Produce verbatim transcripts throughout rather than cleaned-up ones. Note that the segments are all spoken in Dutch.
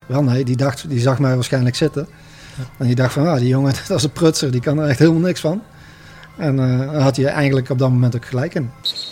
Wel nee, die, dacht, die zag mij waarschijnlijk zitten. En die dacht van, ah, die jongen, dat is een prutser, die kan er echt helemaal niks van. En uh, daar had hij eigenlijk op dat moment ook gelijk in.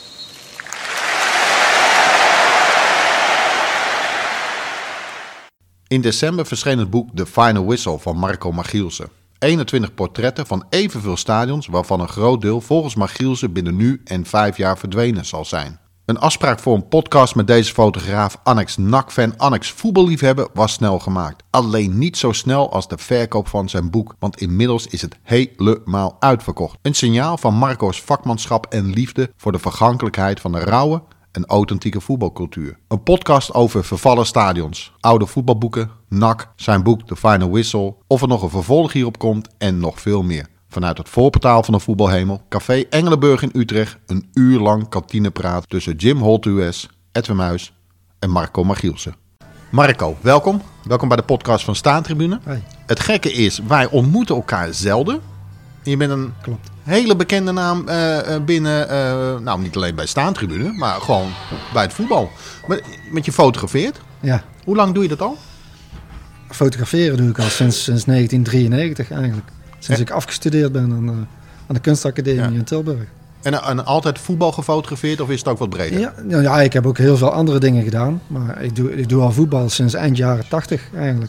In december verscheen het boek The Final Whistle van Marco Margielsen. eenentwintig portretten van evenveel stadions, waarvan een groot deel volgens Margielsen binnen nu en vijf jaar verdwenen zal zijn. Een afspraak voor een podcast met deze fotograaf, annex N A C-fan, annex voetballiefhebber, was snel gemaakt. Alleen niet zo snel als de verkoop van zijn boek, want inmiddels is het helemaal uitverkocht. Een signaal van Marco's vakmanschap en liefde voor de vergankelijkheid van de rauwe en authentieke voetbalcultuur. Een podcast over vervallen stadions, oude voetbalboeken, N A C, zijn boek The Final Whistle, of er nog een vervolg hierop komt en nog veel meer. Vanuit het voorportaal van de voetbalhemel, Café Engelenburg in Utrecht, een uur lang kantinepraat tussen Jim Holthuis, Edwin Muis en Marco Margielsen. Marco, welkom. Welkom bij de podcast van Staantribune. Hey. Het gekke is, wij ontmoeten elkaar zelden. Je bent een Klopt. hele bekende naam uh, binnen, uh, nou niet alleen bij Staantribune, maar gewoon bij het voetbal. Met, met je fotografeert. Ja. Hoe lang doe je dat al? Fotograferen doe ik al sinds, sinds negentien drieënnegentig eigenlijk. Sinds ik afgestudeerd ben aan, uh, aan de kunstacademie ja. in Tilburg. En, en altijd voetbal gefotografeerd of is het ook wat breder? Ja, ja, ik heb ook heel veel andere dingen gedaan. Maar ik doe, ik doe al voetbal sinds eind jaren tachtig eigenlijk.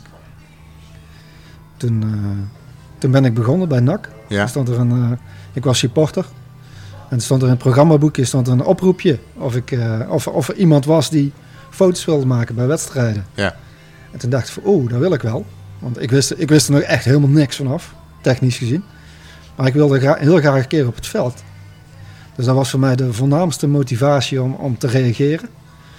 Toen, uh, toen ben ik begonnen bij N A C. Ja. Stond er een, uh, ik was supporter. En stond er in het programmaboekje stond er een oproepje. Of, ik, uh, of, of er iemand was die foto's wilde maken bij wedstrijden. Ja. En toen dacht ik van, oh, dat wil ik wel. Want ik wist, ik wist er nog echt helemaal niks vanaf. Technisch gezien. Maar ik wilde gra- heel graag een keer op het veld. Dus dat was voor mij de voornaamste motivatie om, om te reageren.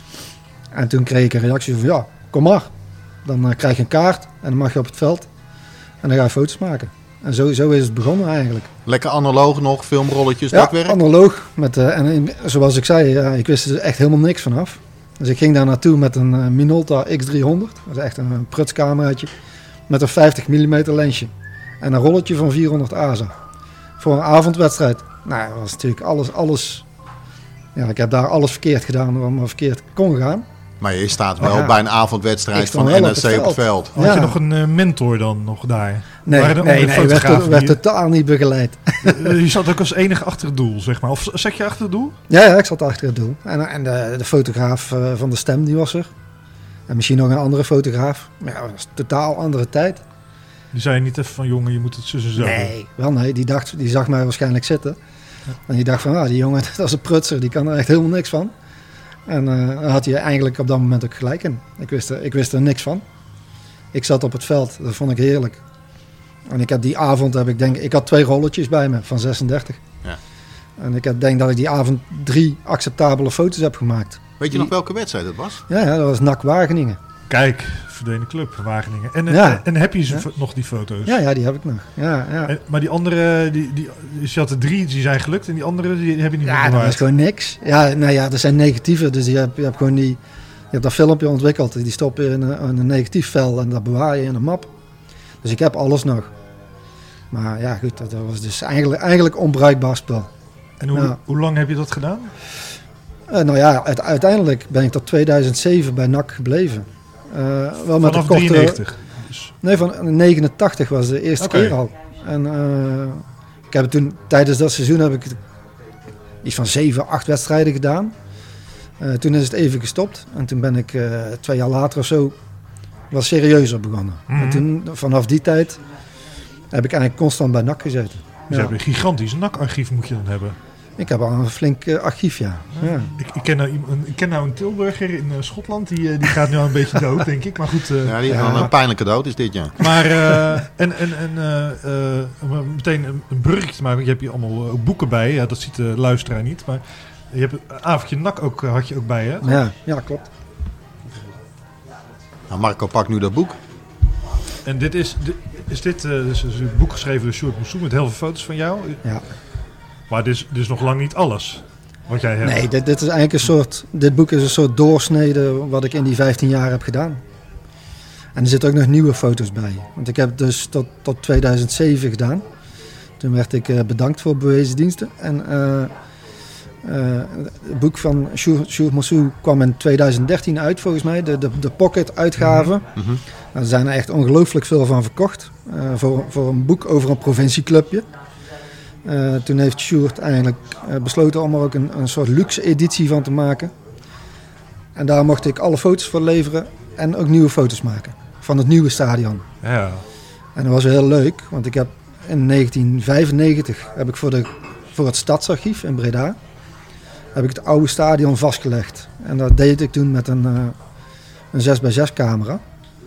En toen kreeg ik een reactie van ja, kom maar. Dan uh, krijg je een kaart en dan mag je op het veld. En dan ga je foto's maken. En zo, zo is het begonnen eigenlijk. Lekker analoog nog, filmrolletjes, ja, dat werk? analoog. Met, uh, en in, zoals ik zei, uh, ik wist er echt helemaal niks vanaf. Dus ik ging daar naartoe met een uh, Minolta X driehonderd. Dat is echt een, een prutscameraatje. Met een vijftig millimeter lensje. En een rolletje van vierhonderd A S A. Voor een avondwedstrijd. Nou, dat was natuurlijk alles, alles... Ja, ik heb daar alles verkeerd gedaan wat maar verkeerd kon gaan. Maar je staat wel ja. bij een avondwedstrijd van N R C op het veld. Op het veld. Had ja. je nog een uh, mentor dan nog daar? Nee, nee, nee, nee werd, to- werd totaal niet begeleid. Je zat ook als enige achter het doel, zeg maar. Of zat je achter het doel? Ja, ja ik zat achter het doel. En, en de, de fotograaf uh, van de Stem, die was er. En misschien nog een andere fotograaf. Maar ja, dat was een totaal andere tijd. Die zei niet even van, jongen, je moet het zo zo. Nee, wel nee. Die, dacht, die zag mij waarschijnlijk zitten. Ja. En die dacht van, ah, die jongen, dat is een prutser. Die kan er echt helemaal niks van. En uh, daar had hij eigenlijk op dat moment ook gelijk in. Ik wist, er, ik wist er niks van. Ik zat op het veld. Dat vond ik heerlijk. En ik heb die avond, heb ik denk ik had twee rolletjes bij me van zesendertig. Ja. En ik heb, denk dat ik die avond drie acceptabele foto's heb gemaakt. Weet je die... nog welke wedstrijd dat was? Ja, ja, dat was N A C Wageningen. Kijk, verdwenen club, Wageningen. En, ja. en, en heb je ja. nog die foto's? Ja, ja, die heb ik nog. Ja, ja. En, maar die andere, die, die, dus je had er drie, die zijn gelukt. En die andere, die heb je niet ja, meer bewaard. Ja, dat is gewoon niks. Ja, nou ja, er zijn negatieven. Dus je hebt, je hebt gewoon die... Je hebt dat filmpje ontwikkeld. Die stop je in een, in een negatief vel en dat bewaar je in een map. Dus ik heb alles nog. Maar ja, goed, dat was dus eigenlijk, eigenlijk onbruikbaar spel. En hoe, ja. hoe lang heb je dat gedaan? Uh, nou ja, uiteindelijk ben ik tot tweeduizend zeven bij N A C gebleven. Uh, wel met Vanaf een korte, drieënnegentig? Dus. Nee, van negenentachtig was de eerste okay. keer al. En uh, ik heb toen, tijdens dat seizoen heb ik iets van zeven, acht wedstrijden gedaan. Uh, toen is het even gestopt. En toen ben ik uh, twee jaar later of zo wat serieuzer begonnen. Mm-hmm. En toen, vanaf die tijd heb ik eigenlijk constant bij N A C gezeten. Dus ja. je hebt een gigantisch N A C-archief moet je dan hebben. Ik heb al een flink uh, archief, ja. ja. Ik, ik, ken nou, ik ken nou een Tilburger in uh, Schotland, die, uh, die gaat nu al een beetje dood, denk ik. Maar goed. Uh, ja, die ja. een pijnlijke dood is dit, ja. Maar, uh, en, en, en uh, uh, meteen een, een bruggetje te maken, je hebt hier allemaal uh, boeken bij, ja, dat ziet de luisteraar niet. Maar je hebt een avondje N A C ook, uh, had je ook bij, hè? Ja, ja, klopt. Nou, Marco pakt nu dat boek. En dit is, dit, is dit uh, dus een boek geschreven door Sjoerd Moussou met heel veel foto's van jou? Ja. Maar dit is dus nog lang niet alles wat jij hebt. Nee, dit, dit is eigenlijk een soort. Dit boek is een soort doorsnede wat ik in die vijftien jaar heb gedaan. En er zitten ook nog nieuwe foto's bij. Want ik heb dus tot, tot tweeduizend zeven gedaan. Toen werd ik uh, bedankt voor bewezen diensten. En uh, uh, het boek van Sjoerd Moussou kwam in tweeduizend dertien uit volgens mij. De, de, de Pocket uitgave. Mm-hmm. er zijn er echt ongelooflijk veel van verkocht. Uh, voor, voor een boek over een provincieclubje. Uh, toen heeft Sjoerd eigenlijk uh, besloten om er ook een, een soort luxe editie van te maken. En daar mocht ik alle foto's voor leveren en ook nieuwe foto's maken. Van het nieuwe stadion. Ja. En dat was heel leuk, want ik heb in negentien vijfennegentig heb ik voor, de, voor het Stadsarchief in Breda heb ik het oude stadion vastgelegd. En dat deed ik toen met een, uh, een zes bij zes camera.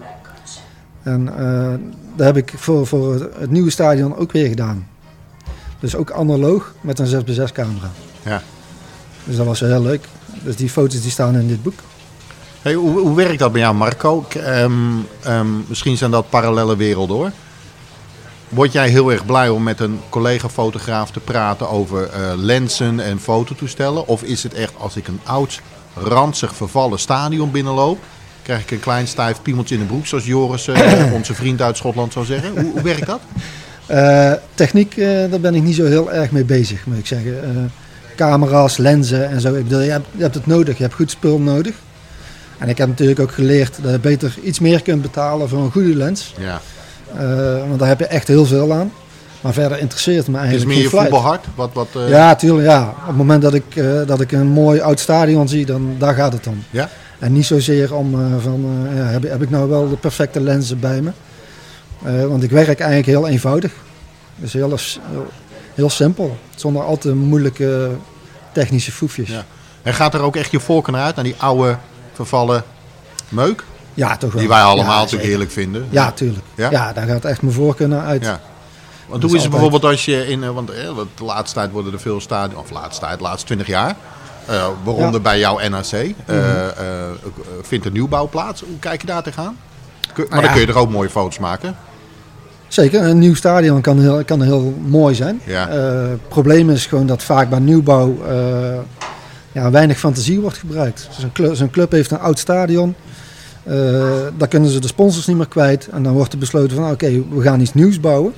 En uh, dat heb ik voor, voor het nieuwe stadion ook weer gedaan. Dus ook analoog met een zes bij zes camera. Ja. Dus dat was heel leuk. Dus die foto's die staan in dit boek. Hey, hoe, hoe werkt dat bij jou, Marco? K- um, um, misschien zijn dat parallele werelden, hoor. Word jij heel erg blij om met een collega-fotograaf te praten over uh, lenzen en fototoestellen? Of is het echt, als ik een oud, ranzig, vervallen stadion binnenloop, krijg ik een klein stijf piemeltje in de broek, zoals Joris, uh, onze vriend uit Schotland, zou zeggen? Hoe, hoe werkt dat? Uh, techniek, uh, daar ben ik niet zo heel erg mee bezig, moet ik zeggen. Uh, camera's, lenzen en zo. Ik bedoel, je hebt, je hebt het nodig, je hebt goed spul nodig. En ik heb natuurlijk ook geleerd dat je beter iets meer kunt betalen voor een goede lens. Ja. Uh, want daar heb je echt heel veel aan. Maar verder interesseert het me Is eigenlijk meer je geen fluit. voetbalhart? Wat, wat, uh... Ja, tuurlijk. Ja. Op het moment dat ik, uh, dat ik een mooi oud stadion zie, dan daar gaat het om. Ja? En niet zozeer om uh, van, uh, ja, heb, heb ik nou wel de perfecte lenzen bij me. Uh, want ik werk eigenlijk heel eenvoudig. Dus heel, heel, heel simpel. Zonder al te moeilijke technische foefjes. Ja. En gaat er ook echt je voorkeur naar uit, naar die oude, vervallen meuk? Ja, toch wel. Die wij allemaal ja, natuurlijk zeker. heerlijk vinden. Ja, tuurlijk. Ja? Ja, daar gaat echt mijn voorkeur naar uit. Ja. Want Dat hoe is is het altijd- bijvoorbeeld als je in, eh, want eh, de laatste tijd worden er veel stadions, of laatste tijd, de laatste twintig jaar, uh, waaronder Ja. bij jouw N A C, uh, Mhm. uh, vindt er nieuwbouw plaats. Hoe kijk je daar tegenaan? Kun, maar Nou dan ja. kun je er ook mooie foto's maken. Zeker, een nieuw stadion kan heel, kan heel mooi zijn. Ja. Uh, het probleem is gewoon dat vaak bij nieuwbouw uh, ja, weinig fantasie wordt gebruikt. Dus een club, zo'n club heeft een oud stadion. Uh, daar kunnen ze de sponsors niet meer kwijt. En dan wordt er besloten van oké, okay, we gaan iets nieuws bouwen.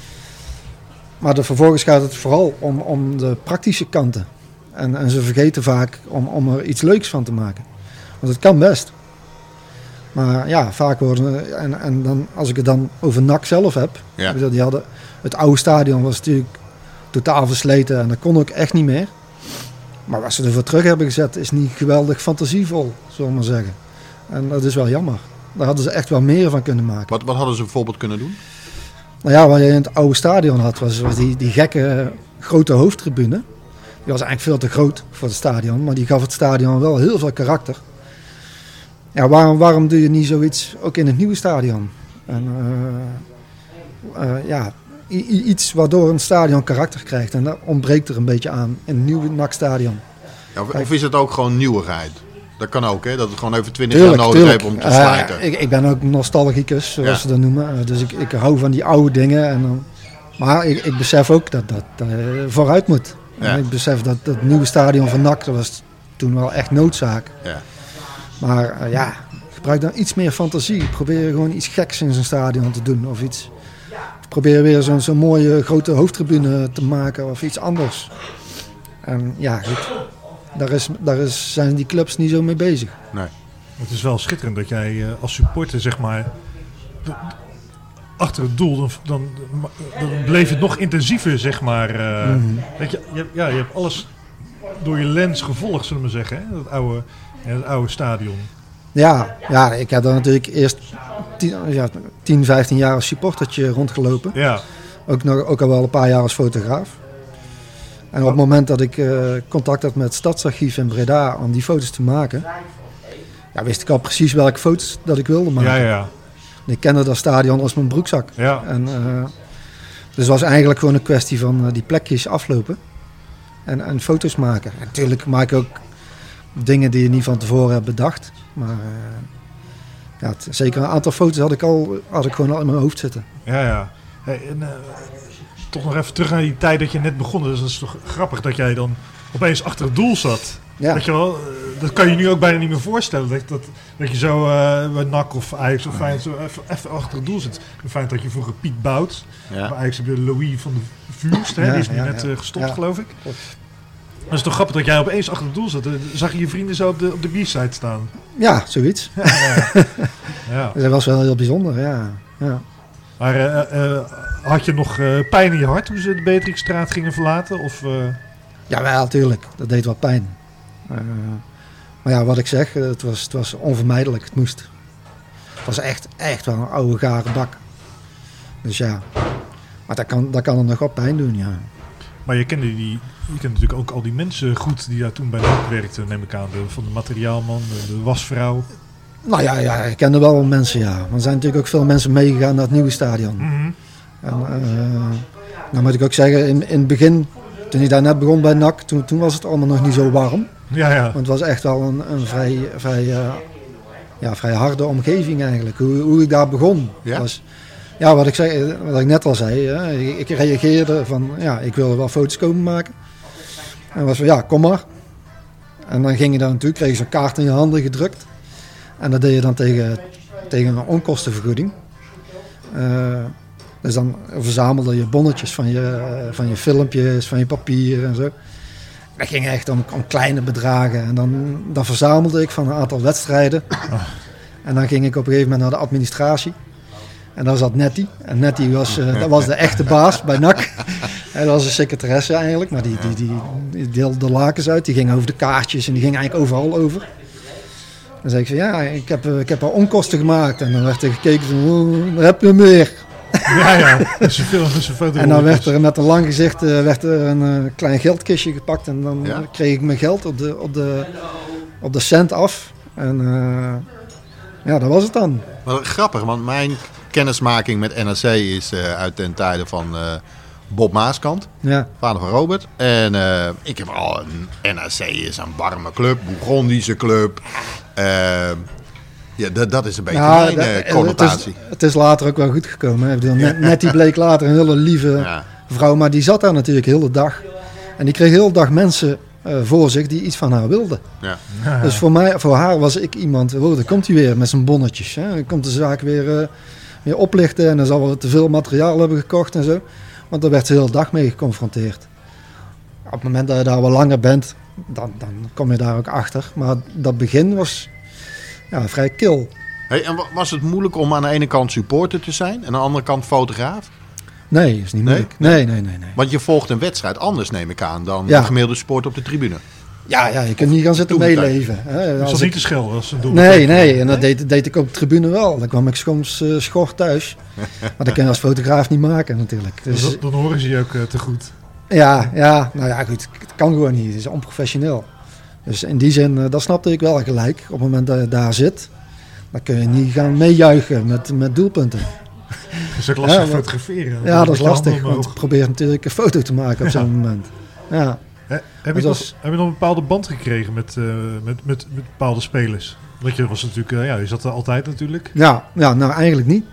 Maar de, vervolgens gaat het vooral om, om de praktische kanten. En, en ze vergeten vaak om, om er iets leuks van te maken. Want het kan best. Maar ja, vaak worden... En, en dan, als ik het dan over N A C zelf heb... Ja. Die hadden, het oude stadion was natuurlijk totaal versleten. En dat kon ook echt niet meer. Maar wat ze ervoor terug hebben gezet is niet geweldig fantasievol, zullen we maar zeggen. En dat is wel jammer. Daar hadden ze echt wel meer van kunnen maken. Wat, wat hadden ze bijvoorbeeld kunnen doen? Nou ja, wat je in het oude stadion had, was, was die, die gekke grote hoofdtribune. Die was eigenlijk veel te groot voor het stadion, maar die gaf het stadion wel heel veel karakter. Ja, waarom, waarom doe je niet zoiets ook in het nieuwe stadion? En, uh, uh, ja, i- i- iets waardoor een stadion karakter krijgt. En dat ontbreekt er een beetje aan in het nieuwe N A C-stadion. Ja, of, of is het ook gewoon nieuwigheid? Dat kan ook, hè? Dat het gewoon even twintig jaar Tuurlijk, nodig tuurlijk. heeft om te Uh, slijten. ik, ik ben ook nostalgicus, zoals Ja. ze dat noemen. Uh, dus ik, ik hou van die oude dingen. En, dan- maar ik, ik besef ook dat dat uh, vooruit moet. Ja. En ik besef dat dat nieuwe stadion van N A C, dat was toen wel echt noodzaak. Ja. Maar uh, ja, gebruik dan iets meer fantasie. Probeer gewoon iets geks in zo'n stadion te doen. Of iets. Probeer weer zo'n zo'n mooie grote hoofdtribune te maken of iets anders. En ja, goed. Daar, is, daar is, zijn die clubs niet zo mee bezig. Nee. Het is wel schitterend dat jij uh, als supporter, zeg maar, d- achter het doel, dan, dan, dan bleef het nog intensiever, zeg maar. Uh, Mhm. Weet je, je, hebt- ja, je hebt alles door je lens gevolgd, zullen we maar zeggen, hè? Dat oude, ja, dat oude stadion. Ja, ja, ik heb dan natuurlijk eerst tien, ja, tien, vijftien jaar als supportertje rondgelopen. Ja, Ook, nog, ook al wel een paar jaar als fotograaf. En op het moment dat ik uh, contact had met het Stadsarchief in Breda om die foto's te maken, ja, wist ik al precies welke foto's dat ik wilde maken. ja, ja. En ik kende dat stadion als mijn broekzak. ja. En, uh, dus het was eigenlijk gewoon een kwestie van uh, die plekjes aflopen en, en foto's maken. En natuurlijk maak ik ook dingen die je niet van tevoren hebt bedacht. Maar uh, ja, het, zeker een aantal foto's had ik, al, had ik gewoon al in mijn hoofd zitten. Ja, ja. Hey, en, uh, toch nog even terug naar die tijd dat je net begon. Dus dat is toch grappig dat jij dan opeens achter het doel zat. Ja. Weet je wel, uh, dat kan je nu ook bijna niet meer voorstellen. Dat, dat, dat je zo uh, bij N A C of Ajax of Feyenoord zo even, even achter het doel zit. Het feit dat je vroeger Piet Bout, Ja. bij Ajax heb je Louis van de Vuurst, hè, Ja, die is nu ja, net ja. uh, gestopt, Ja. geloof ik. Dat is toch grappig dat jij opeens achter het doel zat. Zag je je vrienden zo op de, op de B-side staan? Ja, zoiets. Ja, ja. Ja. Dus dat was wel heel bijzonder, ja. ja. Maar uh, uh, had je nog uh, pijn in je hart toen ze de Beatrixstraat gingen verlaten? Of, uh... Ja, wel, natuurlijk. Dat deed wel pijn. Uh, maar ja, wat ik zeg, het was, het was onvermijdelijk. Het moest. Het was echt, echt wel een oude gare bak. Dus ja. Maar dat kan, dat kan er nog wel pijn doen, ja. Maar je kende, die, je kende natuurlijk ook al die mensen goed die daar toen bij N A C werkten, neem ik aan. De, van de materiaalman, de, de wasvrouw. Nou ja, ja, ik kende wel mensen, ja. Maar er zijn natuurlijk ook veel mensen meegegaan naar het nieuwe stadion. Mm-hmm. En, uh, nou moet ik ook zeggen, in, in het begin, toen ik daar net begon bij N A C, toen, toen was het allemaal nog niet zo warm. Ja, ja. Want het was echt wel een, een vrij, vrij, uh, ja, vrij harde omgeving eigenlijk. Hoe, hoe ik daar begon. Ja? Was, ja, wat ik, zei, wat ik net al zei. Hè, ik, ik reageerde van, ja, ik wilde wel foto's komen maken. En was van, ja, kom maar. En dan ging je daar naartoe, kreeg je zo'n kaart in je handen gedrukt. En dat deed je dan tegen, tegen een onkostenvergoeding. Uh, dus dan verzamelde je bonnetjes van je, van je filmpjes, van je papier en zo. Dat ging echt om, om kleine bedragen. En dan, dan verzamelde ik van een aantal wedstrijden. En dan ging ik op een gegeven moment naar de administratie. En daar zat Nettie. En Nettie was, uh, dat was de echte baas bij N A C. En dat was een secretaresse eigenlijk. Maar die, die, die, die deelde de lakens uit. Die ging over de kaartjes en die ging eigenlijk overal over. Dan zei ik zo, ja, ik heb, ik heb al onkosten gemaakt. En dan werd er gekeken van, oh, daar heb je meer. Ja, ja. Dus een film, dus een foto. En dan werd er met een lang gezicht uh, werd er een uh, klein geldkistje gepakt. En dan ja? kreeg ik mijn geld op de, op de, op de cent af. En uh, ja, dat was het dan. Maar grappig, want mijn kennismaking met N A C is uh, uit den tijde van uh, Bob Maaskant. Ja. Vader van Robert. En uh, ik heb al een N A C is een warme club, Bourgondische club. Uh, ja, dat, dat is een beetje ja, mijn dat, uh, connotatie. Het is, het is later ook wel goed gekomen. Hè? Net, Nettie bleek later een hele lieve ja. vrouw, maar die zat daar natuurlijk de hele dag. En die kreeg de hele dag mensen uh, voor zich die iets van haar wilden. Ja. Ja. Dus voor, mij, voor haar was ik iemand, oh, dan komt hij weer met zijn bonnetjes. Hè? Dan komt de zaak weer, uh, weer oplichten en dan zal we te veel materiaal hebben gekocht en zo. Want daar werd ze de hele dag mee geconfronteerd. Op het moment dat je daar wel langer bent, dan, dan kom je daar ook achter. Maar dat begin was ja, vrij kil. Hey, en was het moeilijk om aan de ene kant supporter te zijn en aan de andere kant fotograaf? Nee, is niet moeilijk. Nee, nee, nee. nee, nee. Want je volgt een wedstrijd anders, neem ik aan, dan ja. de gemiddelde sport op de tribune. Ja, ja, je kunt niet gaan zitten meeleven. Hè. Dat was niet te schelden als een doel. Nee, nee, en dat deed, deed ik op de tribune wel. Dan kwam ik soms uh, schor thuis. Maar dat kun je als fotograaf niet maken natuurlijk. Dus, dat, dan horen ze je ook uh, te goed. Ja, ja, nou ja, goed. Het kan gewoon niet. Het is onprofessioneel. Dus in die zin, uh, dat snapte ik wel gelijk. Op het moment dat je daar zit, dan kun je niet gaan meejuichen met, met doelpunten. Dat is ook lastig ja, fotograferen. Ja, dat is lastig, want ik probeer natuurlijk een foto te maken op zo'n ja. moment. Ja. He, heb, je nog, was... heb je nog een bepaalde band gekregen met, uh, met, met, met bepaalde spelers? Want je was natuurlijk, uh, ja, je zat er altijd natuurlijk. Ja, ja nou eigenlijk niet.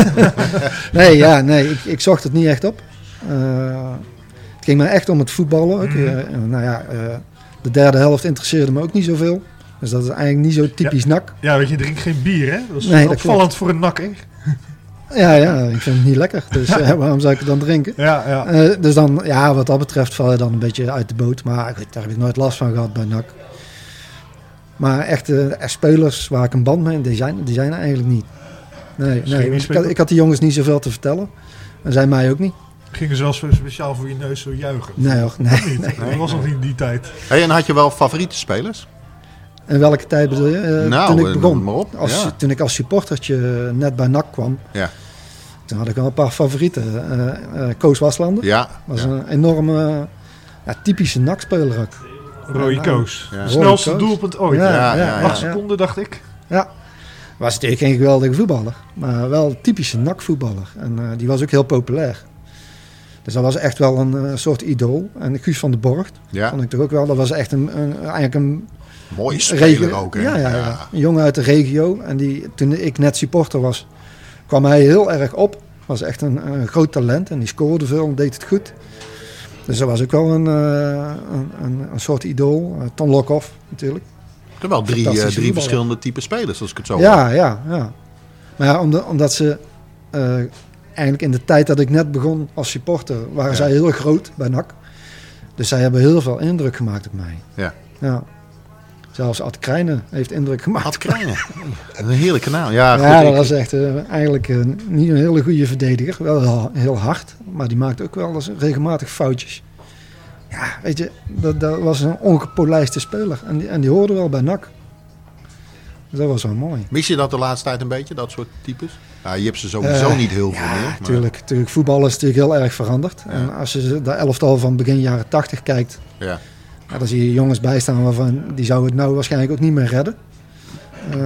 nee, ja, nee, ik, ik zocht het niet echt op. Uh, het ging me echt om het voetballen ook. Mm. Uh, nou ja, uh, de derde helft interesseerde me ook niet zoveel. Dus dat is eigenlijk niet zo typisch ja. N A C. Ja, weet je, je drinkt geen bier, hè? Dat is nee, opvallend dat voor een N A C, hè? Ja, ja, ik vind het niet lekker. Dus uh, waarom zou ik het dan drinken? Ja, ja. Uh, dus dan, ja, wat dat betreft val je dan een beetje uit de boot. Maar goed, daar heb ik nooit last van gehad bij N A C. Maar echt uh, spelers waar ik een band mee, die zijn, die zijn er eigenlijk niet. Nee, nee ik, had, ik had die jongens niet zoveel te vertellen. En zij mij ook niet. Gingen ze wel speciaal voor je neus zo juichen? Nee hoor, nee. nee, nee, nee. Dat was nog niet in die tijd. Hey, en had je wel favoriete spelers? En welke tijd bedoel je? Uh, nou, toen ik begon. Maar op. Als, ja. Toen ik als supportertje net bij N A C kwam. Ja. Toen had ik wel een paar favorieten. Uh, uh, Koos Waslander. Ja. Was ja. een enorme, ja, typische N A C-speler ook. Roy Koos. Ja. Snelste doelpunt ooit. Ja, ja, ja, ja, acht ja, seconden, dacht ik. Ja. Was natuurlijk geen geweldige voetballer. Maar wel typische N A C-voetballer. En uh, die was ook heel populair. Dus dat was echt wel een uh, soort idool. En Guus van der Borgt. Ja. Vond ik toch ook wel. Dat was echt een, een, eigenlijk een... mooie speler regio, ook, hè? Ja, ja, ja. ja. Een jongen uit de regio. En die, toen ik net supporter was, kwam hij heel erg op. Was echt een, een groot talent. En die scoorde veel en deed het goed. Dus dat was ook wel een, uh, een, een, een soort idool. Uh, Ton Lokhoff natuurlijk. Er zijn wel drie, uh, drie verschillende type spelers, als ik het zo ja, hoor. Ja, ja. Maar ja, omdat, omdat ze... Uh, eigenlijk in de tijd dat ik net begon als supporter, waren ja. zij heel groot bij N A C. Dus zij hebben heel veel indruk gemaakt op mij. Ja. Ja. Zelfs Ad Krijnen heeft indruk gemaakt. Ad Krijnen. Een heerlijke naam. Ja, goed, ja, dat ik... was echt uh, eigenlijk uh, niet een hele goede verdediger. Wel heel, heel hard, maar die maakte ook wel eens regelmatig foutjes. Ja, weet je, dat, dat was een ongepolijste speler. En die, en die hoorde wel bij N A C. Dus dat was wel mooi. Mis je dat de laatste tijd een beetje, dat soort types? Ja, je hebt ze sowieso uh, niet heel veel ja, meer. Maar... Tuurlijk, tuurlijk. Voetbal is natuurlijk heel erg veranderd. Ja. En als je de elftal van begin jaren tachtig kijkt... Ja. Ja, dan zie je jongens bijstaan waarvan die zou het nou waarschijnlijk ook niet meer redden. Uh,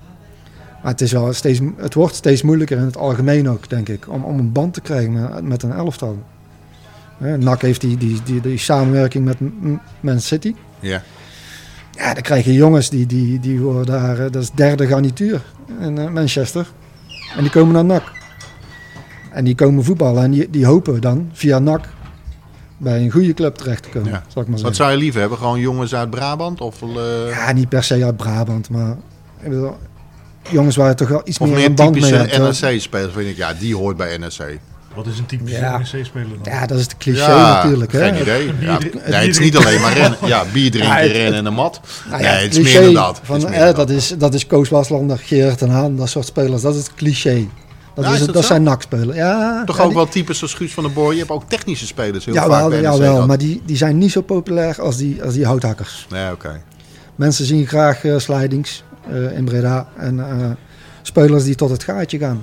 maar het, is wel steeds, het wordt steeds moeilijker in het algemeen ook, denk ik, om, om een band te krijgen met, met een elftal. Uh, N A C heeft die, die, die, die samenwerking met Man City. Ja. Ja, dan krijg je jongens die, die, die worden daar, dat is derde garnituur in uh, Manchester. En die komen naar N A C. En die komen voetballen en die, die hopen dan via N A C bij een goede club terecht te komen, Ja. zal ik maar zeggen. Wat zou je liever hebben? Gewoon jongens uit Brabant? Of, uh... Ja, niet per se uit Brabant, maar ik bedoel, jongens waar je toch wel iets of meer meer een band mee typische hebt. N S C-spelers, vind ik. Ja, die hoort bij N S C. Wat is een typische Ja. N S C-speler dan? Ja, dat is de cliché Ja, natuurlijk. geen Hè? idee. Het bier- Ja, het nee, bier het is niet drinken. alleen maar rennen. Ja, bier drinken, Ja, het- rennen en een mat. Nou ja, Nee, het is cliché meer dan dat. Van, Het is meer hè, dan dat, is, dat is Koos Waslander, Gerard ten Haan, dat soort spelers. Dat is het cliché. Dat, Ja, is is het, dat dat zo? zijn N A C-spelers. Ja, Toch ja, ook die- wel types als Guus van der Boor. Je hebt ook technische spelers heel ja, vaak wel, bij ja, N S C. wel, dat- maar die, die zijn niet zo populair als die, als die houthakkers. Nee, oké. Mensen zien graag uh, slidings uh, in Breda en uh, spelers die tot het gaatje gaan.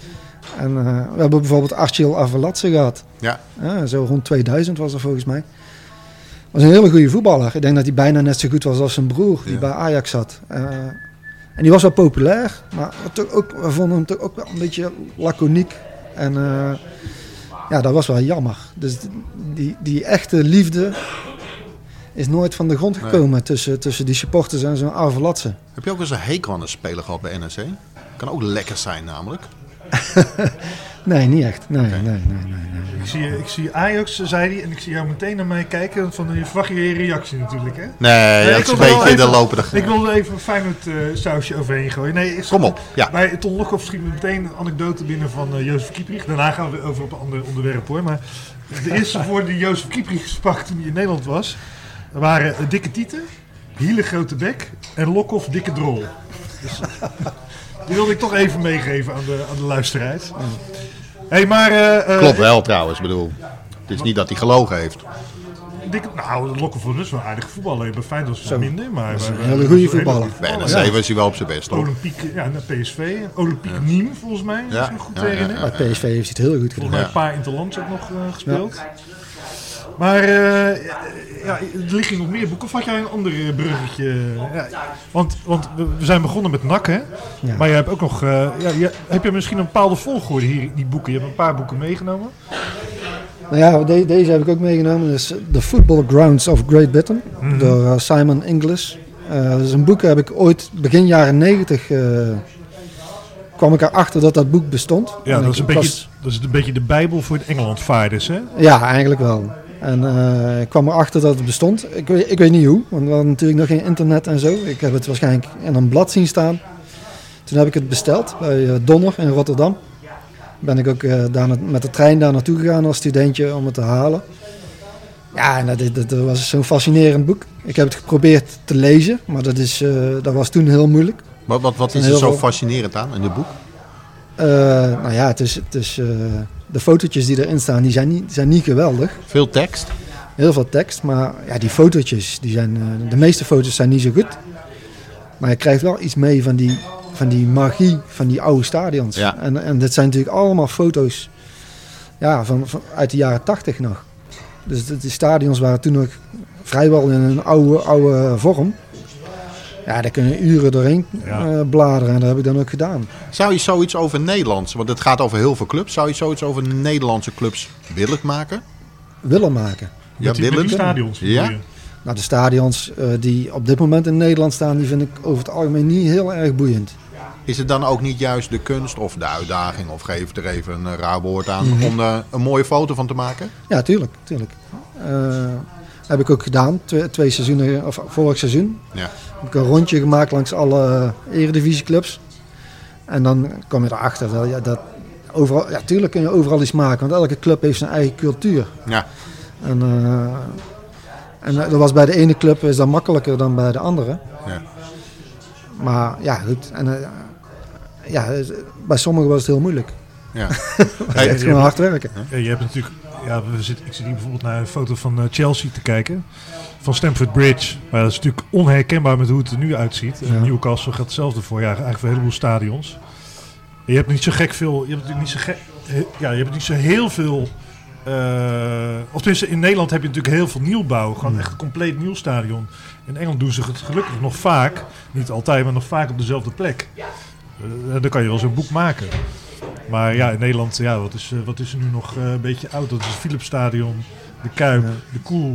En uh, we hebben bijvoorbeeld Archil Avalatse gehad. Ja. Ja, zo rond tweeduizend was er volgens mij. Was een hele goede voetballer. Ik denk dat hij bijna net zo goed was als zijn broer die Ja. bij Ajax zat. Uh, en die was wel populair, maar toch ook, we vonden hem toch ook wel een beetje laconiek. En uh, ja, dat was wel jammer. Dus die, die echte liefde is nooit van de grond gekomen nee. tussen, tussen die supporters en zo'n Avalatse. Heb je ook eens een hekel aan een speler gehad bij N S C? Kan ook lekker zijn namelijk. Nee, niet echt. Nee, Okay. nee, nee, nee, nee. Ik zie, ik zie Ajax, zei hij, en ik zie jou meteen naar mij kijken. Van, je verwacht je reactie natuurlijk, hè? Nee, nee dat is een beetje de lopen. De... Ik wilde even een Feyenoord uh, sausje overheen gooien. Nee, ik Kom op, ja. Bij Ton Lokhoff schiet me meteen een anekdote binnen van uh, Jozef Kieprich. Daarna gaan we over op een ander onderwerp, hoor. Maar de eerste woorden die Jozef Kieprich sprak toen hij in Nederland was, waren uh, dikke tieten, hiele grote bek en Lokhoff dikke drol. Dus, die wilde ik toch even meegeven aan de, aan de luisteraars. Hey, maar, uh, uh, Klopt wel trouwens, ik bedoel. Het is niet dat hij gelogen heeft. Dikke, nou, Lokhoff was dus wel een aardige voetballer. Bij Feyenoord was het minder, maar... Dat is een we- hele we- goede we- voetballer. Bij N S C Ja. was hij wel op zijn best, toch? Olympique, ja, naar P S V. Olympique Nîmes, volgens mij. Als Ja. ik me goed Ja, ja, herinner. ja. Bij P S V heeft hij het heel goed Volgens gedaan. mij Ja. een paar interlands ook nog uh, gespeeld. Maar uh, ja, er liggen nog meer boeken. Of had jij een ander uh, bruggetje? Ja, want, want we we zijn begonnen met N A C, hè? Ja. Maar je hebt ook nog... Uh, ja, je, heb je misschien een bepaalde volgorde hier in die boeken? Je hebt een paar boeken meegenomen. Nou ja, de- deze heb ik ook meegenomen. Dat is The Football Grounds of Great Britain Mhm. door uh, Simon Inglis. Uh, dat is een boek, heb ik ooit begin jaren negentig uh, kwam ik erachter dat dat boek bestond. Ja, En dat is, ik een beetje, was- dat is een beetje de Bijbel voor de Engelandvaarders, hè? Ja, eigenlijk wel. En uh, ik kwam erachter dat het bestond. Ik weet, ik weet niet hoe, want we hadden natuurlijk nog geen internet en zo. Ik heb het waarschijnlijk in een blad zien staan. Toen heb ik het besteld bij uh, Donner in Rotterdam. Ben ik ook uh, daar na- met de trein daar naartoe gegaan als studentje om het te halen. Ja, en dat, dat, dat was zo'n fascinerend boek. Ik heb het geprobeerd te lezen, maar dat, is, uh, dat was toen heel moeilijk. Wat, wat, wat En is er heel zo veel- fascinerend aan in dit boek? Uh, nou ja, het is, het is, uh, de fotootjes die erin staan, die zijn niet, die zijn niet geweldig. Veel tekst. Heel veel tekst, maar ja, die fotootjes, die zijn, uh, de meeste foto's zijn niet zo goed. Maar je krijgt wel iets mee van die, van die magie van die oude stadions. Ja. En, en dit zijn natuurlijk allemaal foto's ja, van, van, uit de jaren tachtig nog. Dus de, die stadions waren toen nog vrijwel in een oude, oude vorm. Ja, daar kunnen uren doorheen Ja. uh, bladeren en dat heb ik dan ook gedaan. Zou je zoiets over Nederlands, want het gaat over heel veel clubs, zou je zoiets over Nederlandse clubs willen maken? Willen maken. Ja, Met die, met die willen? stadions. bedoel Ja? je? Nou, de stadions uh, die op dit moment in Nederland staan, die vind ik over het algemeen niet heel erg boeiend. Is het dan ook niet juist de kunst of de uitdaging, of geef er even een raar woord aan, Mhm. om er een mooie foto van te maken? Ja, tuurlijk. tuurlijk. Uh, heb ik ook gedaan, twee, twee seizoenen, of vorig seizoen. Ja. Heb ik een rondje gemaakt langs alle uh, eredivisieclubs. En dan kom je erachter dat, ja, dat overal, ja, tuurlijk kun je overal iets maken, want elke club heeft zijn eigen cultuur. Ja. En uh, En uh, dat was bij de ene club is dat makkelijker dan bij de andere. Ja. Maar ja, goed. En, uh, ja, bij sommigen was het heel moeilijk. Ja. Hey, echt gewoon hard werken. Ja, je hebt natuurlijk, ja, we zitten, ik zit hier bijvoorbeeld naar een foto van uh, Chelsea te kijken. Van Stamford Bridge. Maar dat is natuurlijk onherkenbaar met hoe het er nu uitziet. Ja. Newcastle gaat hetzelfde voor. Ja, eigenlijk voor een heleboel stadions. En je hebt niet zo gek veel. Je hebt natuurlijk niet zo gek. Ja, je hebt niet zo heel veel. Uh, of tenminste, in Nederland heb je natuurlijk heel veel nieuwbouw. Gewoon echt een compleet nieuw stadion. In Engeland doen ze het gelukkig nog vaak. Niet altijd, maar nog vaak op dezelfde plek. Uh, dan kan je wel zo'n boek maken. Maar ja, in Nederland, ja, wat is, uh, wat is er nu nog uh, een beetje oud? Dat is het Philipsstadion, de Kuip, ja. de Koel.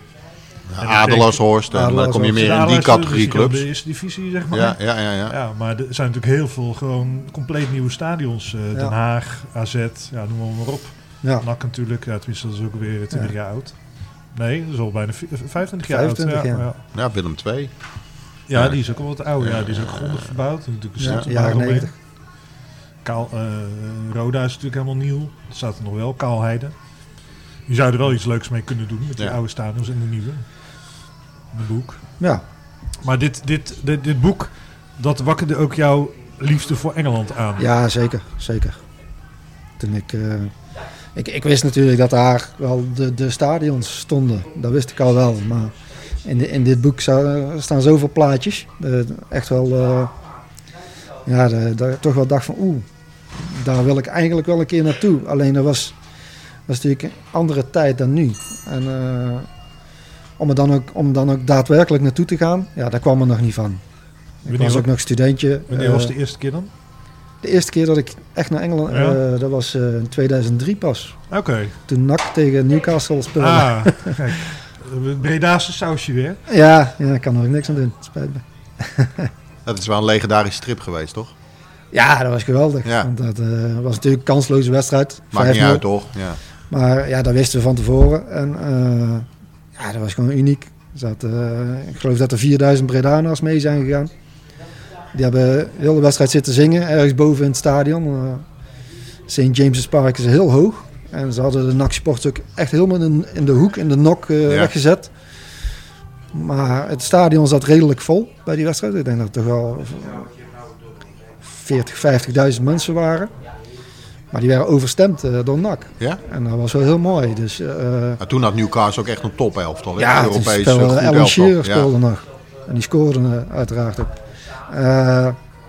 Ja, Adelaarshorst, en dan kom je meer in die categorie clubs. De eerste divisie, zeg maar. Ja, ja, ja, ja. ja maar er zijn natuurlijk heel veel gewoon compleet nieuwe stadions. Uh, Den ja. Haag, A Z, ja, noem maar, maar op. Ja. N A C natuurlijk, ja, tenminste dat is ook weer twintig ja. jaar oud. Nee, dat is al bijna vijfentwintig jaar vijfentwintig oud. Ja, ja. Ja. ja, Willem twee. Ja, ja, die is ook al wat ouder. Ja, die is ook grondig verbouwd. Natuurlijk een ja, jaren negentig. Kaal, uh, Roda is natuurlijk helemaal nieuw. Dat staat er nog wel, Kaalheide. Je zou er wel iets leuks mee kunnen doen met die ja. oude stadions en de nieuwe. Het boek. Ja. Maar dit, dit, dit, dit boek, dat wakkerde ook jouw liefde voor Engeland aan. Ja, zeker. Zeker. Toen ik... Uh, ik, ik wist natuurlijk dat daar wel de, de stadions stonden. Dat wist ik al wel. Maar in, de, in dit boek zou, staan zoveel plaatjes. Uh, echt wel... Uh, ja, de, de, toch wel dacht van... Oeh, daar wil ik eigenlijk wel een keer naartoe. Alleen dat was, was natuurlijk een andere tijd dan nu. En... Uh, Om er dan ook, om dan ook daadwerkelijk naartoe te gaan, ja, daar kwam er nog niet van. Ik wanneer was ook nog studentje. Wanneer uh, was de eerste keer dan? De eerste keer dat ik echt naar Engeland, ja. uh, dat was uh, in tweeduizend drie pas. Oké. Okay. Toen N A C tegen Newcastle speelde. Ah, kijk. Bredaanse sausje weer. Ja, ja, ik kan er ook niks aan doen. Spijt me. Dat is wel een legendarische trip geweest, toch? Ja, dat was geweldig. Ja. Want dat uh, was natuurlijk een kansloze wedstrijd. Maakt niet uit, toch? Ja. Maar ja, dat wisten we van tevoren. En... Uh, Ja, dat was gewoon uniek. Zat, uh, ik geloof dat er vierduizend Bredanaars mee zijn gegaan. Die hebben de hele wedstrijd zitten zingen, ergens boven in het stadion. Uh, Saint James's Park is heel hoog. En ze hadden de N A C-supporters ook echt helemaal in, in de hoek, in de nok uh, ja. weggezet. Maar het stadion zat redelijk vol bij die wedstrijd. Ik denk dat er toch wel veertig, vijftigduizend mensen waren. Maar die werden overstemd uh, door N A C. Ja? En dat was wel heel mooi. Dus, uh, maar toen had Newcastle ook echt een top elftal. Ja, Europees speelde, goed Alan Shearer ja. speelde nog. En die scoorde uh, uiteraard ook. Uh,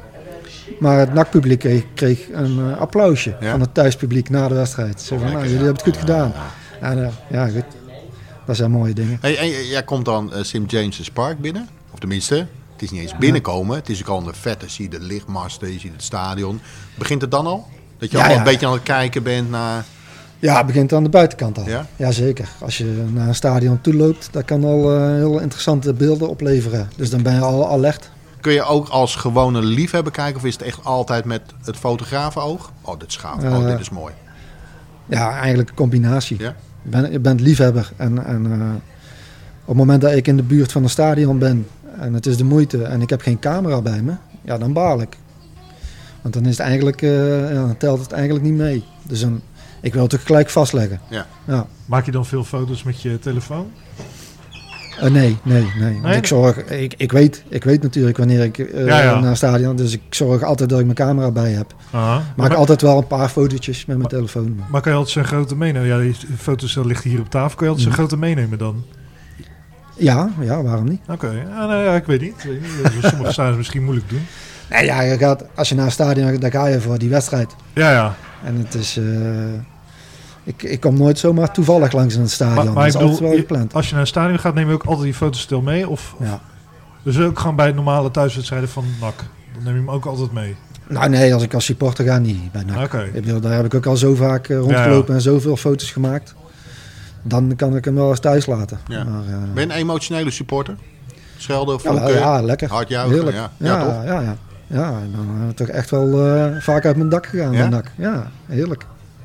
maar het N A C-publiek kreeg, kreeg een uh, applausje ja? van het thuispubliek na de wedstrijd. Ze van, nou, jullie hebben het goed gedaan. En, uh, ja, goed. Dat zijn mooie dingen. Hey, en jij komt dan uh, Saint James's Park binnen. Of tenminste, het is niet eens binnenkomen. Het is ook al een vette, zie je de lichtmasten, je ziet het stadion. Begint het dan al? Dat je ja, al ja. een beetje aan het kijken bent naar... Ja, het begint aan de buitenkant al. Ja? Jazeker. Als je naar een stadion toe loopt, dat kan al uh, heel interessante beelden opleveren. Dus dan ben je al alert. Kun je ook als gewone liefhebber kijken of is het echt altijd met het fotografenoog? Oh, dit is gaaf. Uh, oh, dit is mooi. Ja, eigenlijk een combinatie. Ja? Je, bent, je bent liefhebber. En, en uh, op het moment dat ik in de buurt van een stadion ben en het is de moeite en ik heb geen camera bij me, ja, dan baal ik. Want dan is het eigenlijk, uh, ja, dan telt het eigenlijk niet mee. Dus dan, ik wil het ook gelijk vastleggen. Ja. Ja. Maak je dan veel foto's met je telefoon? Uh, nee, nee, nee. Want ik, zorg, ik, ik, weet, ik weet natuurlijk wanneer ik uh, ja, ja. naar een stadion... Dus ik zorg altijd dat ik mijn camera bij heb. Aha. Maak maar, altijd wel een paar fotootjes met mijn maar, telefoon. Maar. maar kan je altijd zo'n grote meenemen? Ja, die foto's liggen hier op tafel. Kan je altijd zo'n grote meenemen dan? Ja, ja, waarom niet? Oké, okay. ja, nou, ja, ik weet niet. Ik weet niet. Sommige stadions misschien moeilijk doen. Nee, ja, je gaat, als je naar een stadion gaat, dan ga je voor die wedstrijd. Ja, ja. En het is... Uh, ik, ik kom nooit zomaar toevallig langs een stadion. Maar, maar dat is bedoel, altijd wel gepland. Als je naar een stadion gaat, neem je ook altijd die fotostil mee? Of, ja. of, dus ook gewoon bij normale thuiswedstrijden van N A C? Dan neem je hem ook altijd mee? Nou nee, als ik als supporter ga, niet bij N A C. Okay. Ik bedoel, daar heb ik ook al zo vaak uh, rondgelopen ja, ja. en zoveel foto's gemaakt. Dan kan ik hem wel eens thuis laten. Ja. Maar, uh, ben je een emotionele supporter? Schelden of ja, ja, lekker. Hard juichen? Heerlijk. Ja, ja, ja, toch? ja, ja. Ja, ik ben uh, toch echt wel uh, vaak uit mijn dak gegaan ja? bij N A C. Ja, heerlijk.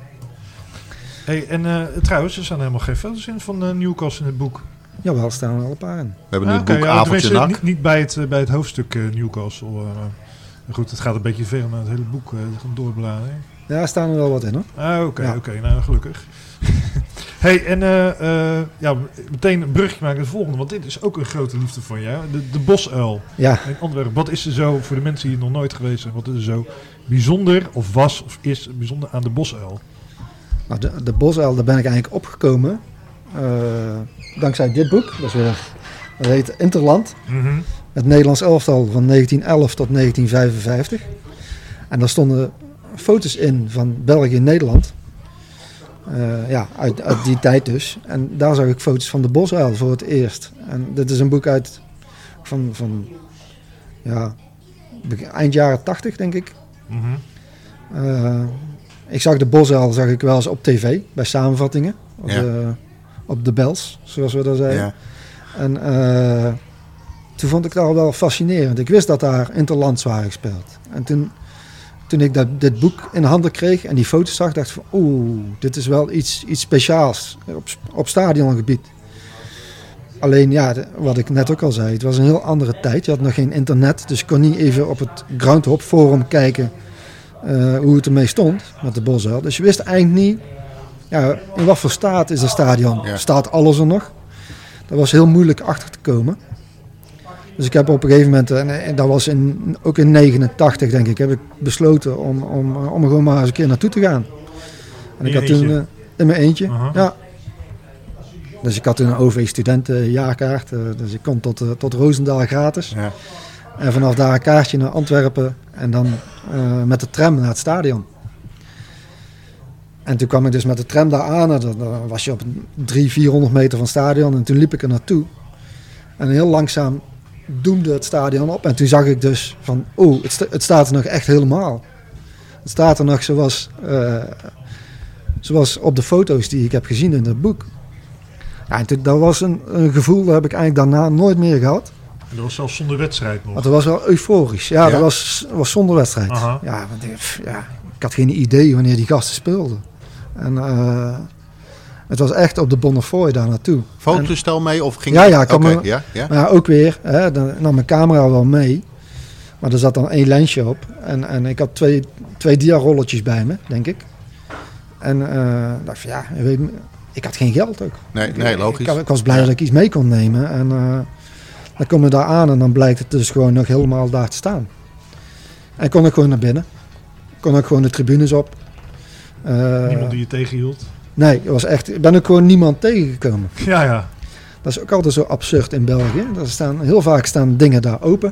Hey, en uh, trouwens, er staan helemaal geen foto's in van uh, Newcastle in het boek. Jawel, er staan er al een paar in. We hebben nu ah, het okay, boek ja, Avondje N A C. Niet, niet bij, het, uh, bij het hoofdstuk uh, Newcastle. Uh, goed, het gaat een beetje ver naar het hele boek uh, doorbladeren. Ja, er staan er wel wat in hoor. Ah, oké, okay, ja. oké. Okay, nou, gelukkig. Hey, en uh, uh, ja, meteen een brugje maken naar het volgende, want dit is ook een grote liefde van jou. De, de bosuil Ja. in Antwerpen. Wat is er zo, voor de mensen die nog nooit geweest zijn, wat is er zo bijzonder, of was, of is bijzonder aan de bosuil? Nou, de, de bosuil, daar ben ik eigenlijk opgekomen. Uh, dankzij dit boek. Dat, is weer, dat heet Interland. Mm-hmm. Het Nederlands elftal van negentien elf tot negentien vijfenvijftig. En daar stonden foto's in van België en Nederland. Uh, ja, uit, uit die tijd dus. En daar zag ik foto's van de bosuil voor het eerst. En dit is een boek uit van, van ja, eind jaren tachtig, denk ik. Mm-hmm. Uh, ik zag de bosuil zag ik wel eens op tv, bij samenvattingen. Op, Ja. de, op de Bels, zoals we dat zeiden. Ja. En uh, toen vond ik dat al wel fascinerend. Ik wist dat daar interlands waren gespeeld. En toen, toen ik dat, dit boek in handen kreeg en die foto's zag, dacht ik van oeh, dit is wel iets, iets speciaals op, op stadiongebied. Alleen ja, de, wat ik net ook al zei, het was een heel andere tijd. Je had nog geen internet, dus ik kon niet even op het Groundhop Forum kijken uh, hoe het ermee stond met de bosuil. Dus je wist eigenlijk niet, ja, in wat voor staat is het stadion? Ja. Staat alles er nog? Dat was heel moeilijk achter te komen. Dus ik heb op een gegeven moment, en dat was in, ook in negenentachtig denk ik, heb ik besloten om, om, om er gewoon maar eens een keer naartoe te gaan. En In ik je had toen eentje? uh, in mijn eentje, Aha. ja. Dus ik had toen een O V-studentenjaarkaart, uh, dus ik kon tot, uh, tot Roosendaal gratis. Ja. En vanaf daar een kaartje naar Antwerpen en dan uh, met de tram naar het stadion. En toen kwam ik dus met de tram daar aan. En dan, dan was je op driehonderd, vierhonderd meter van het stadion. En toen liep ik er naartoe. En heel langzaam doemde het stadion op. En toen zag ik dus van, oh, het, sta- het staat er nog echt helemaal. Het staat er nog zoals, uh, zoals op de foto's die ik heb gezien in het boek. Ja, en toen, dat was een, een gevoel, dat heb ik eigenlijk daarna nooit meer gehad. En dat was zelfs zonder wedstrijd nog. Want het was wel euforisch. Ja, Ja? dat was, was zonder wedstrijd. Aha. Ja, want ik, pff, ja, ik had geen idee wanneer die gasten speelden. En uh, het was echt op de Bonnefoy daar naartoe. Fotostel mee of ging Ja, ja, ik Oké, kan me- ja, ja. Maar ja, ook weer, hè, dan nam mijn camera wel mee. Maar er zat dan één lensje op. En, en ik had twee, twee diarolletjes bij me, denk ik. En uh, dacht van, ja, je weet, ik had geen geld ook. Nee, nee, logisch. Ik, ik was blij dat ik iets mee kon nemen. En uh, dan kom je daar aan en dan blijkt het dus gewoon nog helemaal daar te staan. En kon ik gewoon naar binnen. Kon ook gewoon de tribunes op. Uh, Niemand die je tegenhield. Nee, het was echt, ik ben ook gewoon niemand tegengekomen. Ja, ja. Dat is ook altijd zo absurd in België. Er staan, heel vaak staan dingen daar open.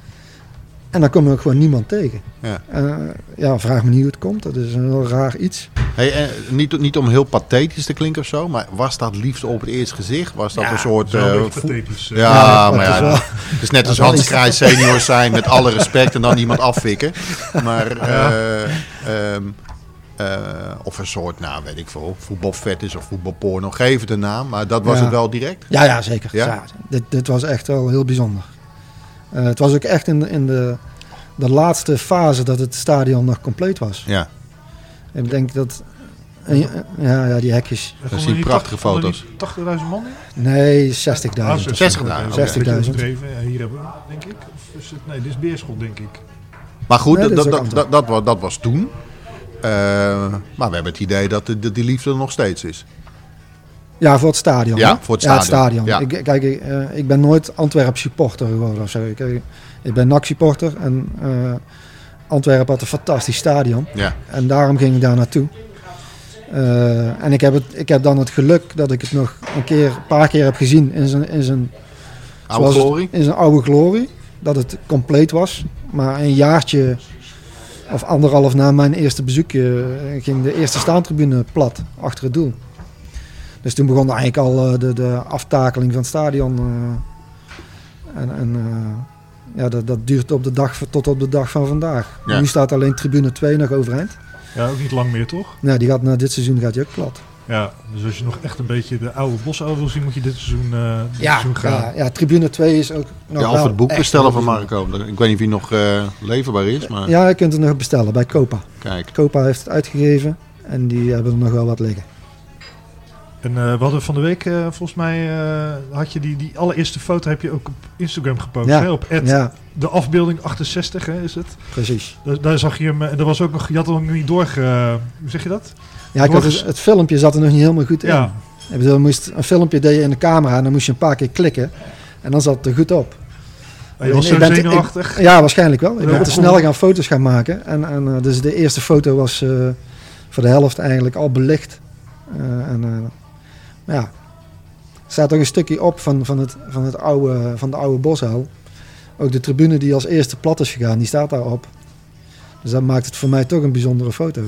En dan kom je ook gewoon niemand tegen. Ja. Uh, ja, vraag me niet hoe het komt. Dat is een heel raar iets. Hey, eh, niet, niet om heel pathetisch te klinken of zo, maar was dat liefde op het eerste gezicht? Was dat Ja, een soort... Zo een eh, beetje vo- pathetisch. eh. ja, Ja, maar dat ja, is wel- het is net als dat Hans is- Kraai senior zijn, met alle respect, en dan iemand afvikken. Maar, eh, ehm, eh, of een soort, nou weet ik veel, voetbalfetish of voetbalporno, geef het een naam, maar dat was Ja. het wel direct. Ja, ja zeker. Ja? Ja, dit, dit was echt wel heel bijzonder. Uh, het was ook echt in, de- in de, de laatste fase dat het stadion nog compleet was. Ja, Ik denk dat... en ja, ja, ja, die hekjes. Er Dat konden zien niet prachtige tachtig- konden foto's. niet tachtigduizend man in? Nee, zestigduizend. Ah, zestigduizend, oké. zestigduizend. Een beetje overdreven. Ja, hier hebben we, denk ik. Of is het, nee, dit is Beerschot, denk ik. maar goed, Nee, dat, dit is dat, ook dat, dat, dat, was, dat was toen. Uh, maar we hebben het idee dat de, de- die liefde er nog steeds is. Ja, voor het stadion. Ja, hè? voor het Ja, stadion. Ja. Ik, kijk, ik, uh, ik ben nooit Antwerp supporter geworden of zo. Ik, ik, ik ben N A C supporter en uh, Antwerpen had een fantastisch stadion. Ja, En daarom ging ik daar naartoe. Uh, en ik heb, het, ik heb dan het geluk dat ik het nog een keer, een paar keer heb gezien in zijn, in zijn, oude zoals het- glorie. in zijn oude glorie. Dat het compleet was. Maar een jaartje of anderhalf na mijn eerste bezoekje uh, ging de eerste staantribune plat achter het doel. Dus toen begon eigenlijk al uh, de, de aftakeling van het stadion. Uh, en en uh, ja, dat, dat duurt op de dag, tot op de dag van vandaag. Ja. Nu staat alleen tribune twee nog overeind. Ja, ook niet lang meer, toch? Nee, die gaat na dit seizoen gaat die ook plat. Ja, dus als je nog echt een beetje de oude bosuil wil zien, moet je dit seizoen, uh, dit seizoen gaan. ja, ja, tribune twee is ook nog Ja, wel of het boek echt bestellen heel van bijzonder. Marco. Ik weet niet of hij nog uh, leverbaar is, maar Ja, je kunt het nog bestellen bij Copa. kijk. Copa heeft het uitgegeven en die hebben er nog wel wat liggen. En uh, we hadden van de week, uh, volgens mij, uh, had je die, die allereerste foto heb je ook op Instagram gepost. Ja. Hè? Op ad, Ja, de afbeelding achtenzestig, hè, is het? precies. Daar, daar zag je hem, en er was ook nog, je had hem nog niet doorge... Hoe zeg je dat? Ja, ik had Doorges- dus, het filmpje zat er nog niet helemaal goed in. Ja, Ik bedoel, je moest een filmpje deed je in de camera en dan moest je een paar keer klikken. En dan zat het er goed op. Oh, je was Ik zo ben te- zenuwachtig? ik- ja, waarschijnlijk wel. Ik ben Ja. te snel gaan foto's gaan maken. En, en uh, dus de eerste foto was uh, voor de helft eigenlijk al belicht. Uh, en, uh, maar ja, er staat ook een stukje op van, van, het, van, het oude, van de oude Bosuil. Ook de tribune die als eerste plat is gegaan, die staat daarop. Dus dat maakt het voor mij toch een bijzondere foto.